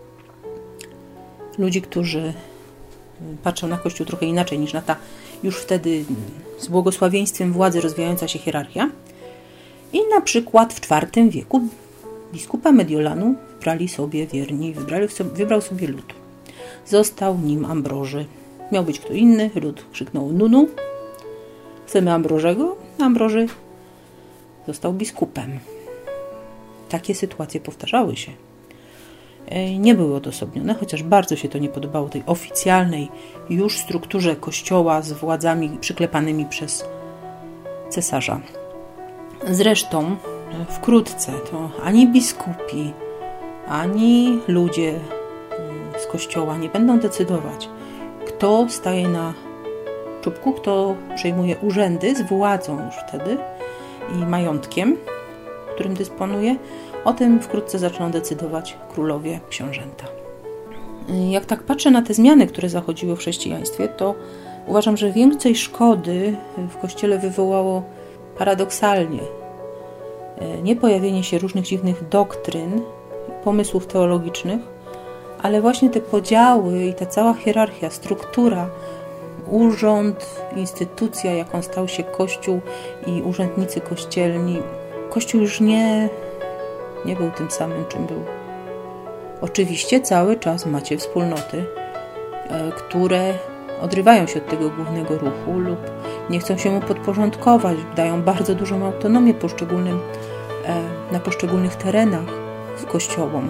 ludzi, którzy patrzą na Kościół trochę inaczej niż na ta już wtedy z błogosławieństwem władzy rozwijająca się hierarchia. I na przykład w czwartym wieku biskupa Mediolanu wybrali sobie wierni, wybrali sobie, wybrał sobie lud. Został nim Ambroży. Miał być kto inny, lud krzyknął nunu. Chcemy Ambrożego. Ambroży został biskupem. Takie sytuacje powtarzały się. Nie były odosobnione, chociaż bardzo się to nie podobało tej oficjalnej już strukturze kościoła z władzami przyklepanymi przez cesarza. Zresztą wkrótce to ani biskupi, ani ludzie z kościoła nie będą decydować, kto staje na czubku, kto przejmuje urzędy z władzą już wtedy i majątkiem, którym dysponuje. O tym wkrótce zaczną decydować królowie, książęta. Jak tak patrzę na te zmiany, które zachodziły w chrześcijaństwie, to uważam, że więcej szkody w Kościele wywołało paradoksalnie nie pojawienie się różnych dziwnych doktryn, pomysłów teologicznych, ale właśnie te podziały i ta cała hierarchia, struktura, urząd, instytucja, jaką stał się Kościół i urzędnicy kościelni. Kościół już nie, nie był tym samym, czym był. Oczywiście cały czas macie wspólnoty, które odrywają się od tego głównego ruchu lub nie chcą się mu podporządkować, dają bardzo dużą autonomię poszczególnym, na poszczególnych terenach kościołom.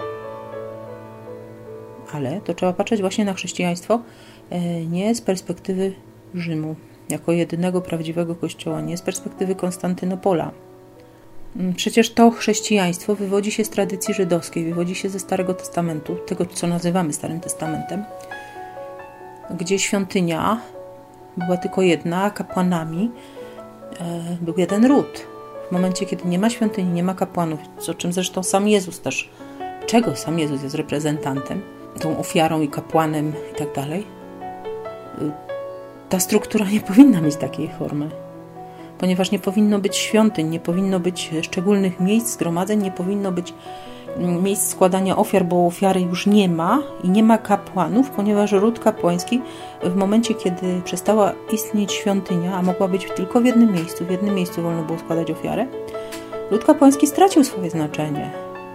Ale to trzeba patrzeć właśnie na chrześcijaństwo nie z perspektywy Rzymu, jako jedynego prawdziwego kościoła, nie z perspektywy Konstantynopola. Przecież to chrześcijaństwo wywodzi się z tradycji żydowskiej, wywodzi się ze Starego Testamentu, tego, co nazywamy Starym Testamentem, gdzie świątynia była tylko jedna, a kapłanami był jeden ród. W momencie, kiedy nie ma świątyni, nie ma kapłanów, o czym zresztą sam Jezus też, czego sam Jezus jest reprezentantem, tą ofiarą i kapłanem i tak dalej, ta struktura nie powinna mieć takiej formy. ponieważ nie powinno być świątyń, nie powinno być szczególnych miejsc zgromadzeń, nie powinno być miejsc składania ofiar, bo ofiary już nie ma i nie ma kapłanów, ponieważ ród kapłański w momencie, kiedy przestała istnieć świątynia, a mogła być tylko w jednym miejscu, w jednym miejscu wolno było składać ofiarę, ród kapłański stracił swoje znaczenie.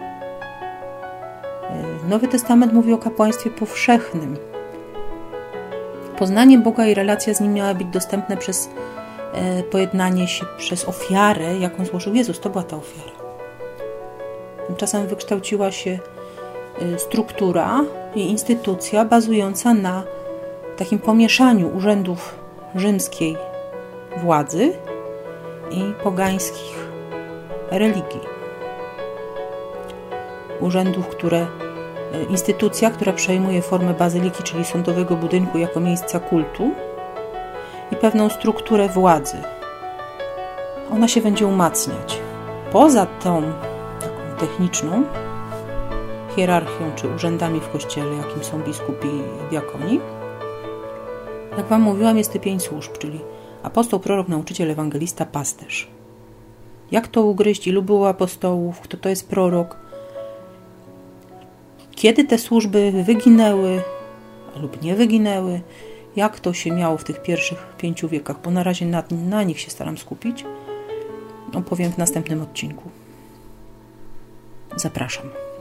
Nowy Testament mówi o kapłaństwie powszechnym. Poznanie Boga i relacja z Nim miała być dostępne przez pojednanie się, przez ofiarę, jaką złożył Jezus. To była ta ofiara. Tymczasem wykształciła się struktura i instytucja bazująca na takim pomieszaniu urzędów rzymskiej władzy i pogańskich religii. Urzędów, które instytucja, która przejmuje formę bazyliki, czyli sądowego budynku jako miejsca kultu i pewną strukturę władzy. Ona się będzie umacniać. Poza tą taką techniczną hierarchią czy urzędami w Kościele, jakim są biskupi i diakoni, jak Wam mówiłam, jest te pięć służb, czyli apostoł, prorok, nauczyciel, ewangelista, pasterz. Jak to ugryźć? Ilu było apostołów? Kto to jest prorok? Kiedy te służby wyginęły lub nie wyginęły? Jak to się miało w tych pierwszych pięciu wiekach? Bo na razie na, na nich się staram skupić. Opowiem w następnym odcinku. Zapraszam.